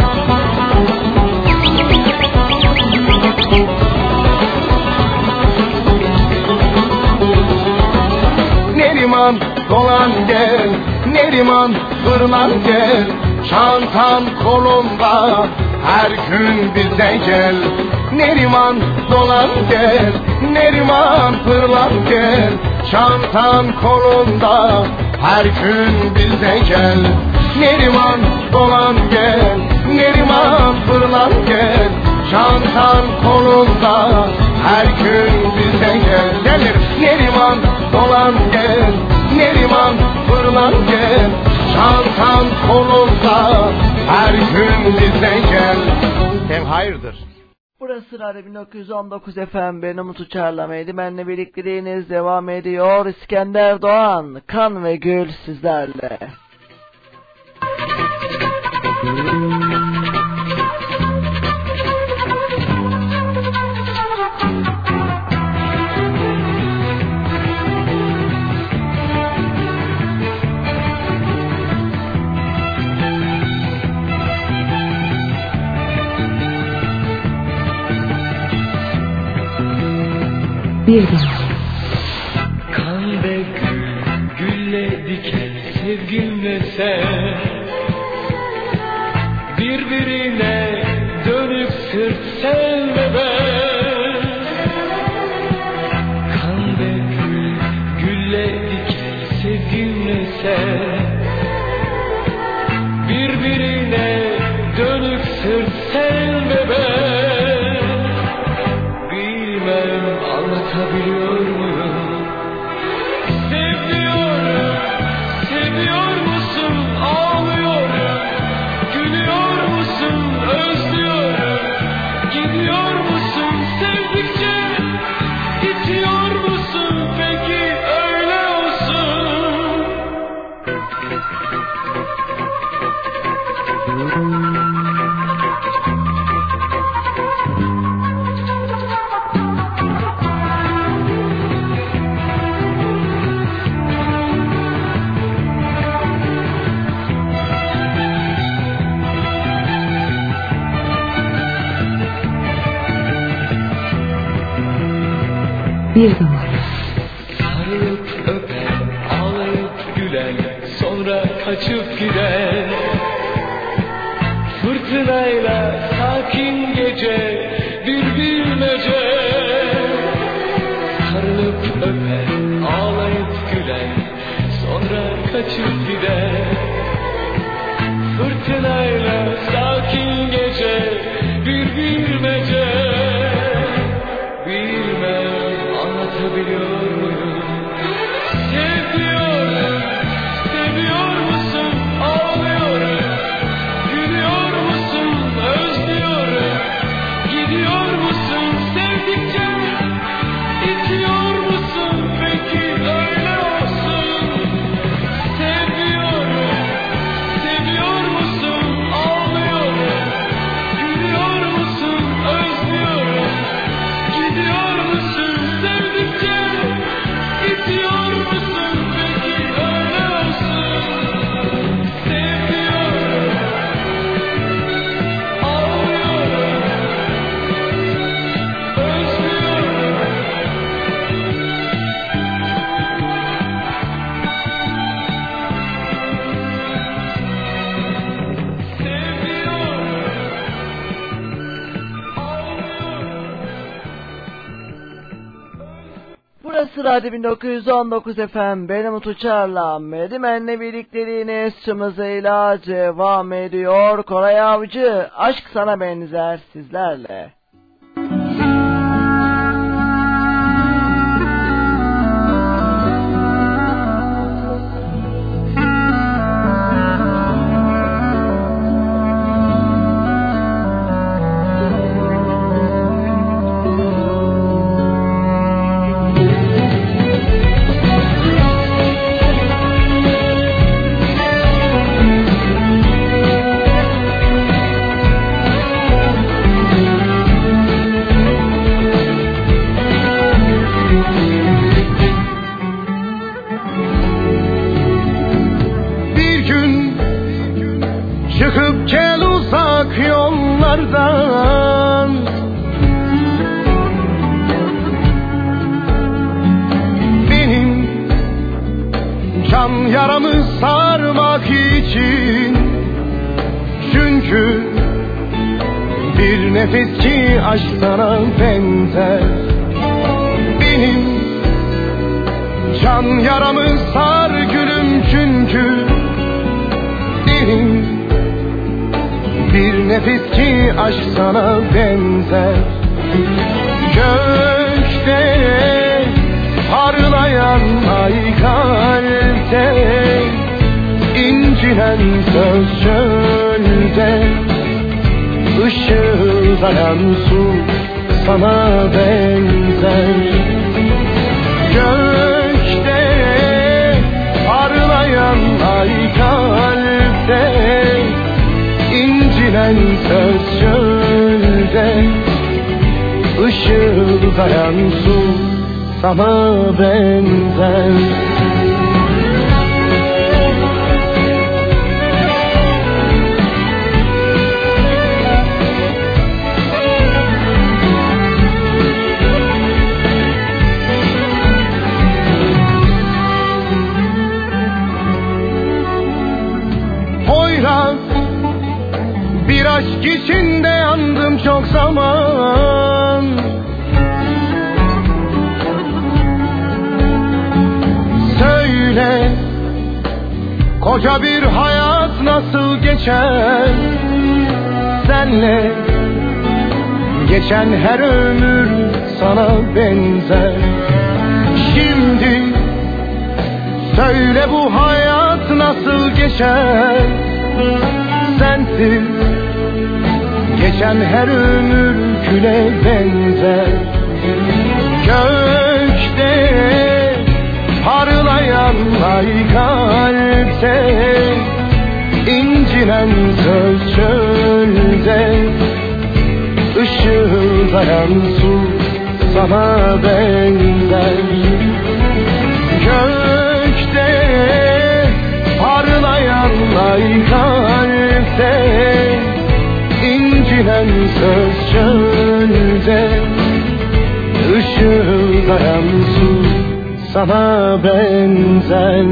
Neriman dolan gel, Neriman fırlan gel. Çantan kolumda, her gün bizden gel. Neriman dolan gel, Neriman fırlan gel. Çantan kolumda, her gün bizden gel. Neriman dolan gel, Neriman fırlan gel. Çantan kolumda, her gün bizden gel. Gelir Neriman dolan gel, Neriman fırlan gel. Çantan kolumda, her gün bizden gel. Sen hayırdır? Burası Radyo 1919 FM. Ben Umut Uçar'la Meydimen'le birlikteliğiniz devam ediyor. İskender Doğan, Kan ve Gül sizlerle. Bir daha. Kan ve gülle diken sevgimle sen birbirine dönüp sırt sen ve ben. Kan ve gülle diken sevgimle sen birbirine dönüp sırt sen ve ben. Anlatabiliyor muyum? Seviyorum, seviyor musun? Ağlıyorum, gülüyor musun? Özlüyorum, gidiyor musun? Sevdikçe itiyor musun? Peki öyle olsun. Bir zaman. Sarılıp öpen, ağlayıp gülen, sonra kaçıp giden. Fırtınayla sakin gece, bir bilmece. Sarılıp öpen, ağlayıp gülen, sonra kaçıp giden. Fırtınayla sakin gece, bir bilmece. Anlatabiliyor muyum? Seviyorum, seviyor musun? Ağlıyorum, gülüyor musun? Özlüyorum, gidiyor musun? Sevdikçe itiyor musun? Peki öyle olsun. Seviyorum, seviyor musun? Ağlıyorum, gülüyor musun? Özlüyorum, gidiyor musun? Sevdikçe itiyor musun? Peki öyle olsun. Seviyorum, ağlıyorum, özlüyorum. Seviyorum, ağlıyorum. Burası Radyo 1919 FM. Ben Umut Uçar'la Meydimen'le birlikteliğiniz tüm hızıyla devam ediyor. Koray Avcı, Aşk Sana Benzer sizlerle. yıllardan. Benim can yaramı sarmak için, çünkü bir nefes ki aşk sana benzer. Benim can yaramı sar gülüm, çünkü benim bir nefes ki aşk sana benzer. Gökte parlayan ay, kalpte incinen söz, çölde ışıldayan su sana benzer. Gökte parlayan ay, kalpte incinen söz, çölde ışıldayan su sana benzer. Bir aşk içinde yandım çok zaman. Söyle, koca bir hayat nasıl geçer senle? Geçen her ömür sana benzer. Şimdi söyle, bu hayat nasıl geçer sensiz? Geçen her ömür küle benzer. Gökte parlayan ay, kalpte incinen söz, çölde ışıldayan su sana benzer. Gökte parlayan ay, kalpte incinen söz, çölde ışıldayan su sana benzer.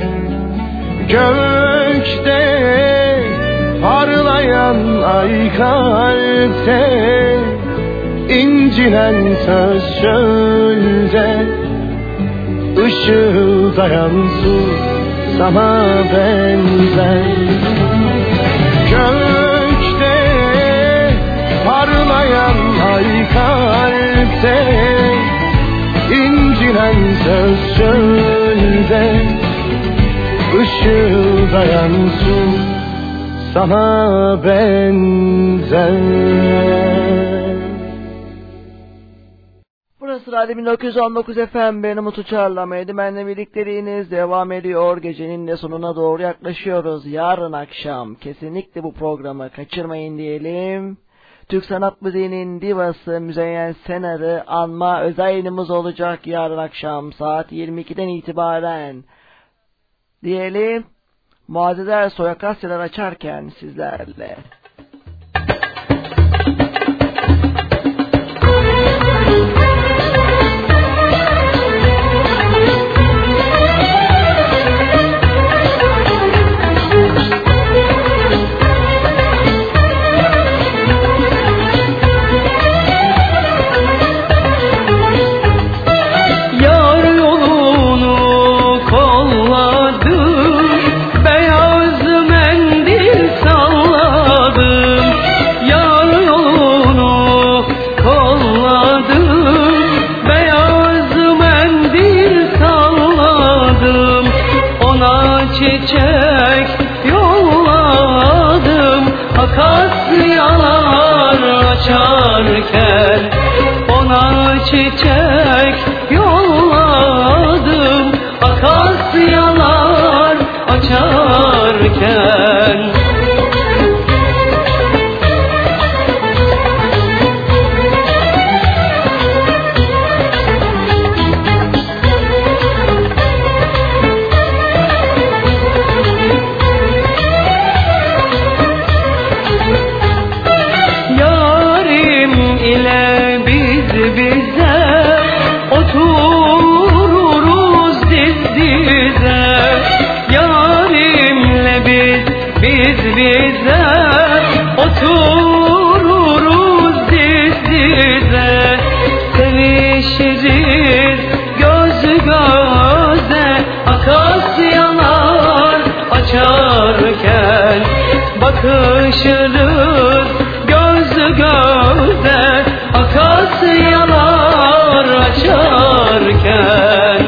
Gökte parlayan ay, kalpte incinen söz, çölde ışıldayan su sana benzer. Gökte parlayan ay, kalpte incinen söz, çölde ışıldayan su sana benzer. Burası Radyo 1919 FM, benim Umut Uçar'la Medimen'le birlikteliğiniz devam ediyor. Gecenin de sonuna doğru yaklaşıyoruz. Yarın akşam kesinlikle bu programı kaçırmayın diyelim. Türk sanat müziğinin divası Müzeyyen Senar'ı anma özel yayınımız olacak yarın akşam saat 22'den itibaren diyelim. Muazzez Ersoy Akasyalar açarken sizlerle. Çiçek yolladım, akasyalar açarken. Ona çiçek yolladım, akasyalar açarken. bakışırız göz göze, akasyalar açarken.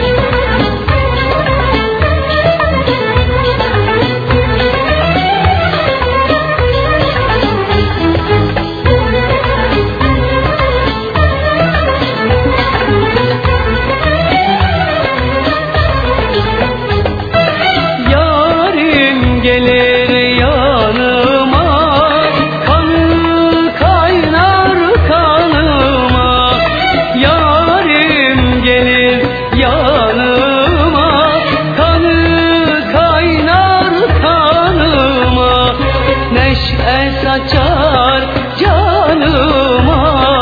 Saçar canıma,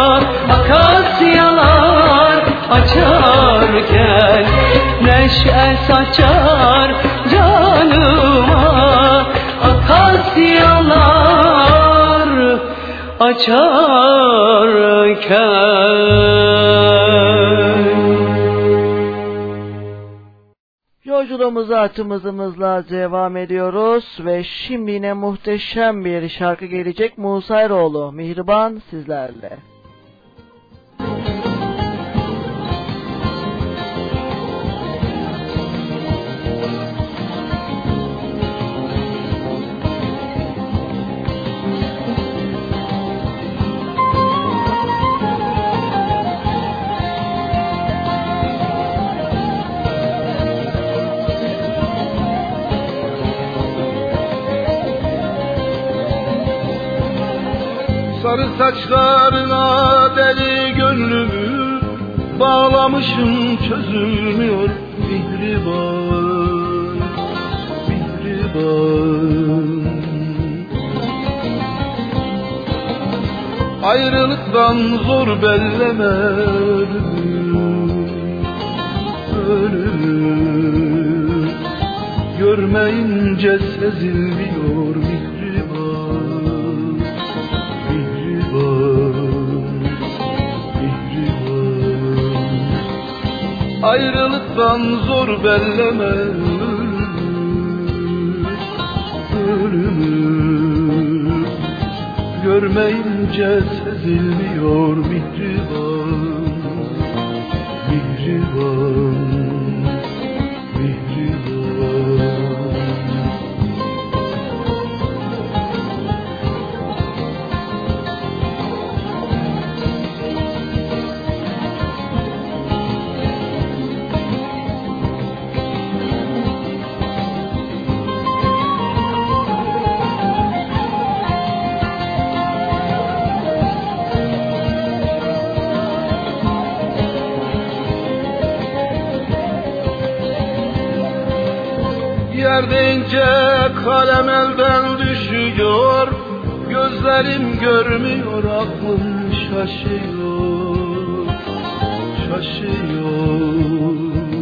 akasyalar açarken. Neşe saçar canıma, akasyalar açarken. Yolculuğumuza atımızımızla devam ediyoruz ve şimdi yine muhteşem bir şarkı gelecek. Musa Eroğlu, Mihriban sizlerle. Sarı saçlarına deli gönlümü bağlamışım, çözülmüyor mihriban, mihriban. Ayrılıktan zor belleme ölümü, görmeyince sezilmiyor mihriban, mihriban. Ayrılıktan zor belleme ölümü, görmeyince sezilmiyor mihriban, mihriban, mihriban. Yer deyince kalem elden düşüyor, gözlerim görmüyor, aklım şaşıyor, şaşıyor.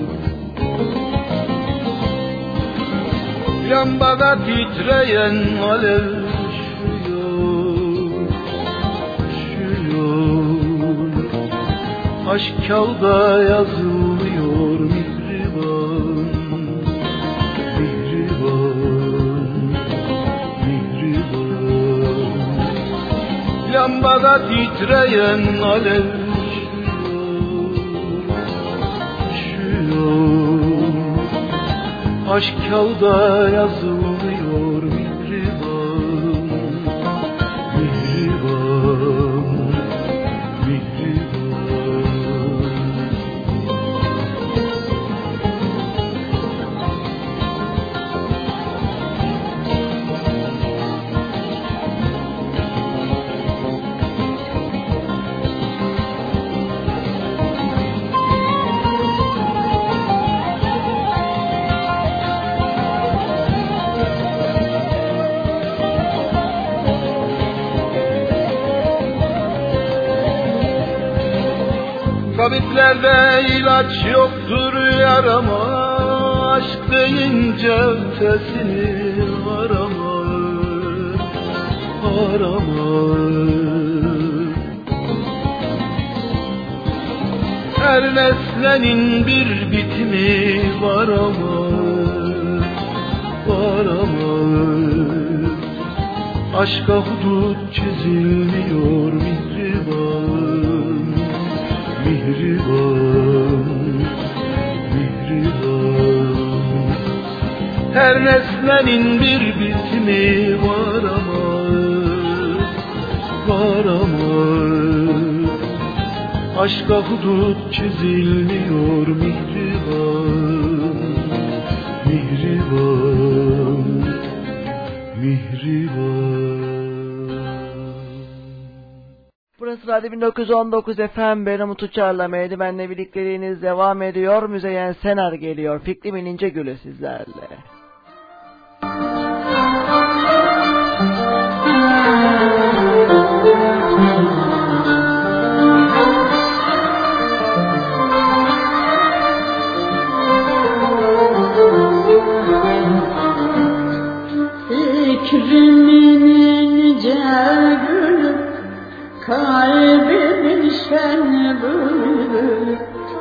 Lambada titreyen alev üşüyor, üşüyor. Aşk kağıda yazılıyor mihriban, lambada titreyen alev üşüyor. Aşk kağıda yazılıyor mihriban, mihriban, mihriban. Tabiplerde ilaç yoktur yarama, aşk deyince ötesini arama, arama. Her nesnenin bir bitimi var ama, var ama. Aşka hudut çizilmiyor mihriban, mihriban, mihriban. Her nesnenin bir bitimi var ama, var ama. Aşka hudut çizilmiyor mihriban, mihriban, mihriban. Burası Radyo 1919 FM. Ben Umut Uçar'la Mehdimen'le birlikteliğiniz devam ediyor. Müzeyyen Senar geliyor. Fikrimin ince gülü sizlerle. Fikrimin ince gülü, kalbimin şen bülbülü.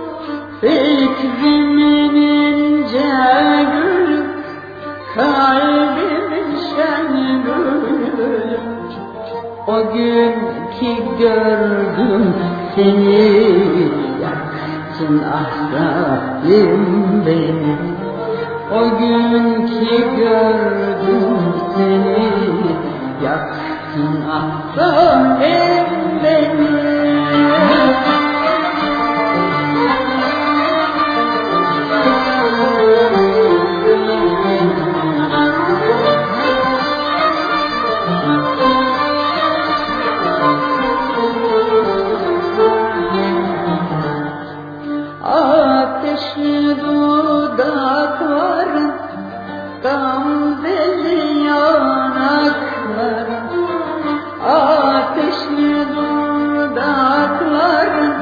Fikrimin ince gülü, kalbimin şen bülbülü. O gün ki gördüm seni, yaktın ah zalim beni. O gün ki gördüm seni, yaktın ah zalim beni. Ateşli dudakların, gamzeli yanakların, ateşli dudakların,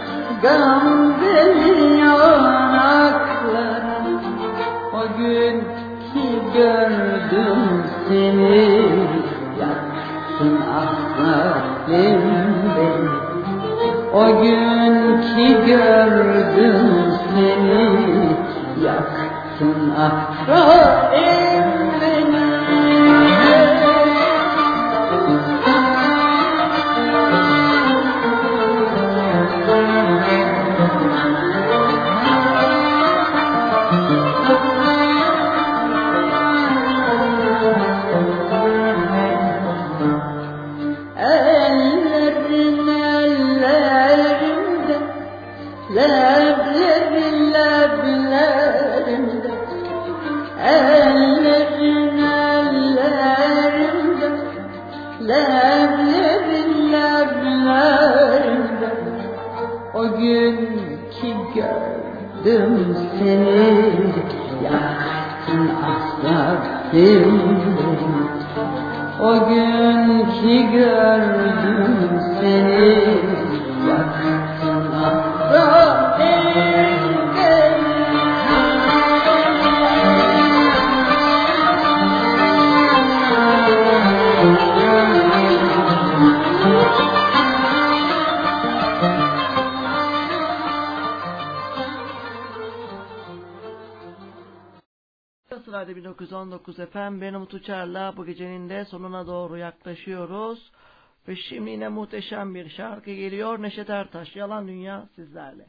gamzeli yanakların. O gün ki gördüm seni, yaktın ah zalim beni. O gün ki gördüm seni, yaktın ah zalim beni. Ellerin ellerimde, leblerin leblerimde. Ellerin ellerimde, leblerin leblerimde. O gün ki gördüm seni, yaktın ah zalim beni. O gün ki gördüm seni, yaktın ah zalim beni. Radyo 1919 FM. Ben Umut Uçar'la bu gecenin de sonuna doğru yaklaşıyoruz. Ve şimdi yine muhteşem bir şarkı geliyor. Neşet Ertaş, Yalan Dünya sizlerle.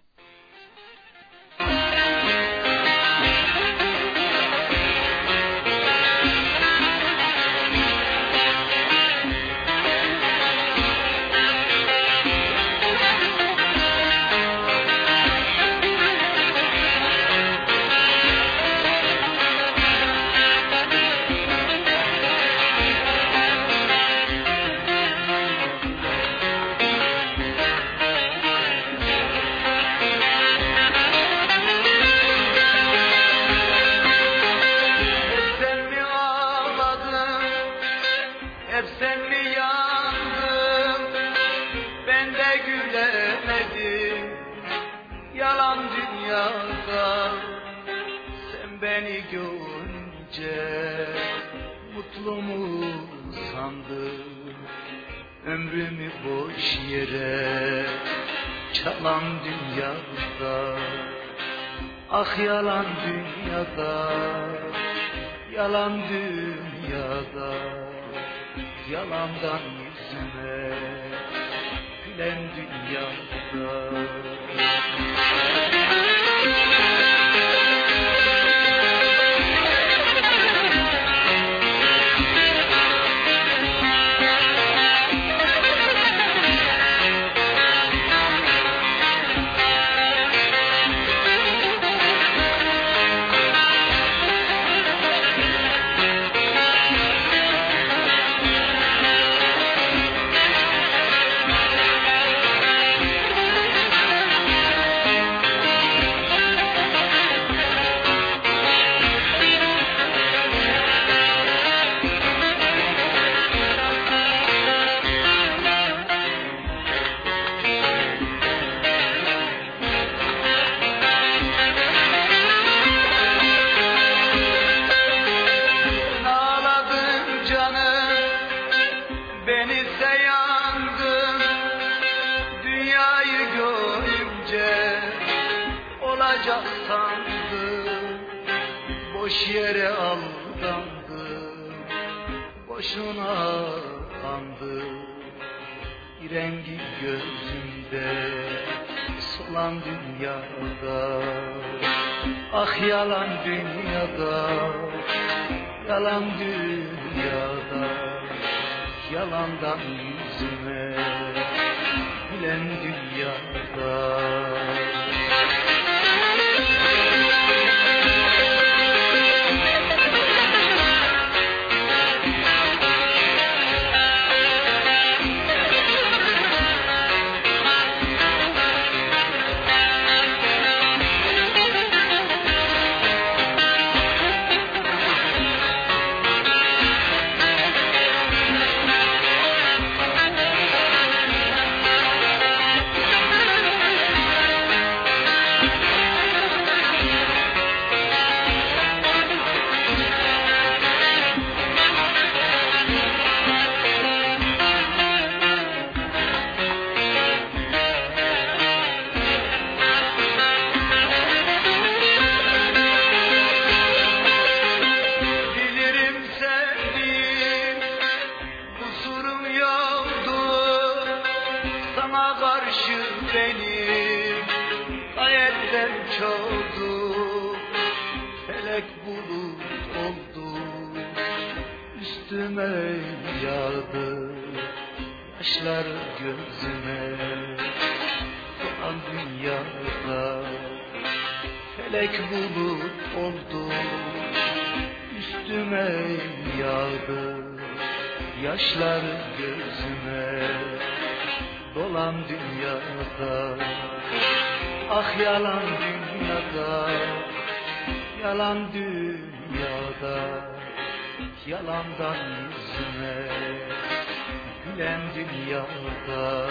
Beni görünce mutlu mu sandın? Ömrümü boş yere çalan dünyada. Ah yalan dünyada, yalan dünyada, yalandan yüzüme, gülen dünyada. Boş yere aldandım, boşuna kandım. rengi gözümde solan dünyada. Ah yalan dünyada, yalan dünyada, yalandan yüzüme gülen dünyada. Yaşlar gözüme dolan dünyada. Ah yalan dünyada, yalan dünyada, yalandan yüzüme gülen dünyada.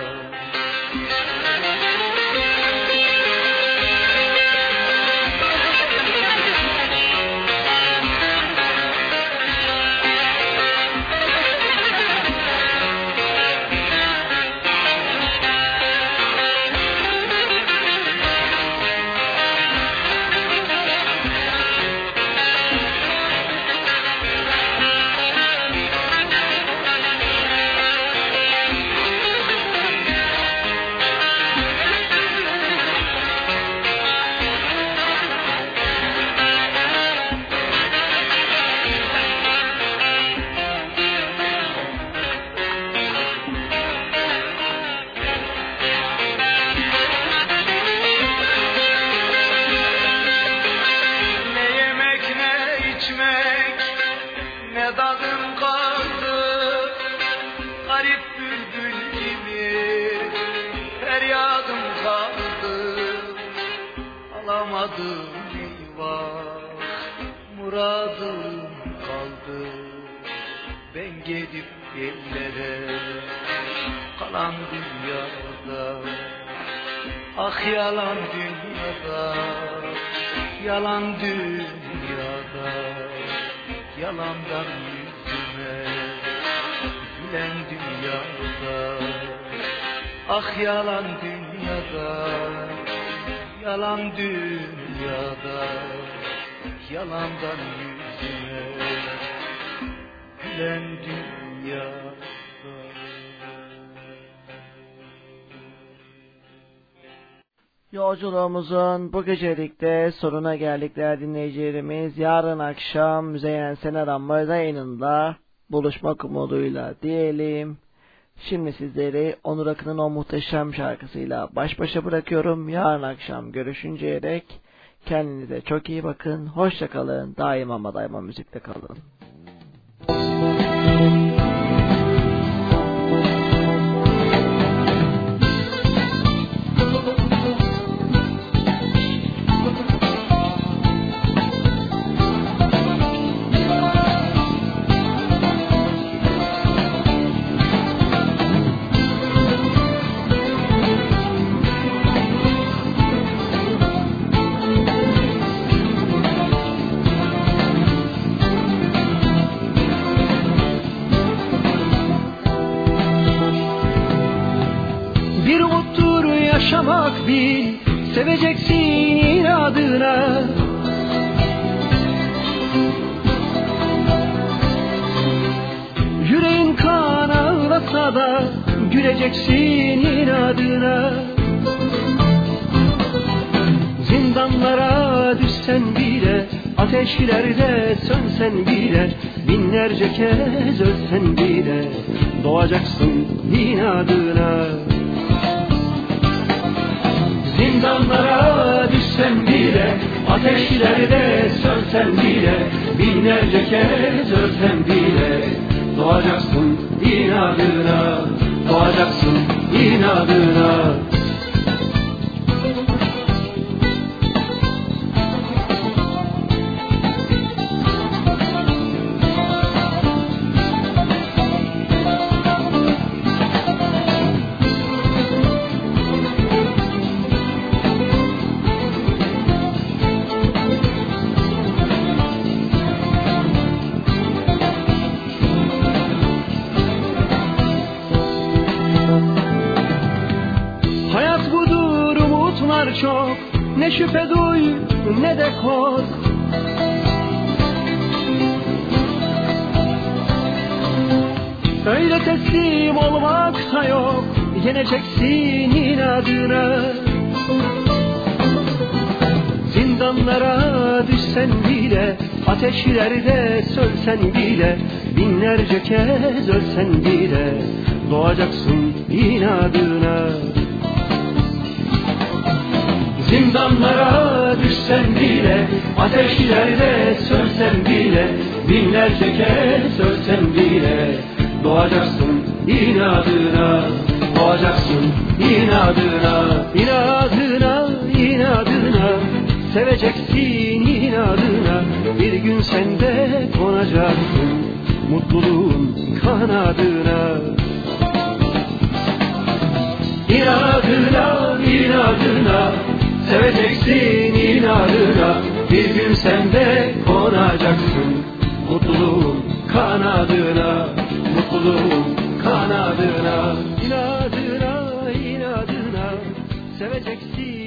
Muradım kaldı, ben gidip ellere kalan dünyada. Ah yalan dünyada, yalan dünyada, yalandan yüzüme gülen dünyada. Ah yalan dünyada, yalan dünyada, yalandan yüzüme gülen dünyada. dünyada. Yolculuğumuzun bu gecelikte sonuna geldik değerli dinleyicilerimiz. Yarın akşam Müzeyyen Sener Ammar yayınında buluşmak umuduyla diyelim. Şimdi sizleri Onur Akın'ın o muhteşem şarkısıyla baş başa bırakıyorum. Yarın akşam görüşünceye dek kendinize çok iyi bakın. Hoşça kalın. Daima ama daima müzikte kalın. Yaşamak bil, seveceksin inadına. Yüreğin kan ağlasa da güleceksin inadına. Zindanlara düşsen bile, ateşlerde sönsen bile, binlerce kez ölsen bile, doğacaksın inadına. Zindanlara düşsen bile, ateşlerde sönsen bile, binlerce kez ölsen bile, doğacaksın inadına, doğacaksın inadına. Çok, ne şüphe duy ne de kork. Öyle teslim olmaksa yok, yeneceksin inadına. Zindanlara düşsen bile, ateşlerde sönsen bile, binlerce kez ölsen bile, doğacaksın inadına. Zindanlara düşsen bile, ateşlerde sönsen bile, binlerce kez ölsen bile, doğacaksın inadına, doğacaksın inadına. İnadına, inadına, seveceksin inadına. Bir gün sen de konacaksın mutluluğun kanadına. İnadına, inadına, seveceksin inadına. Bir gün sen de konacaksın mutluluğun kanadına, mutluluğun kanadına. İnadına, inadına, seveceksin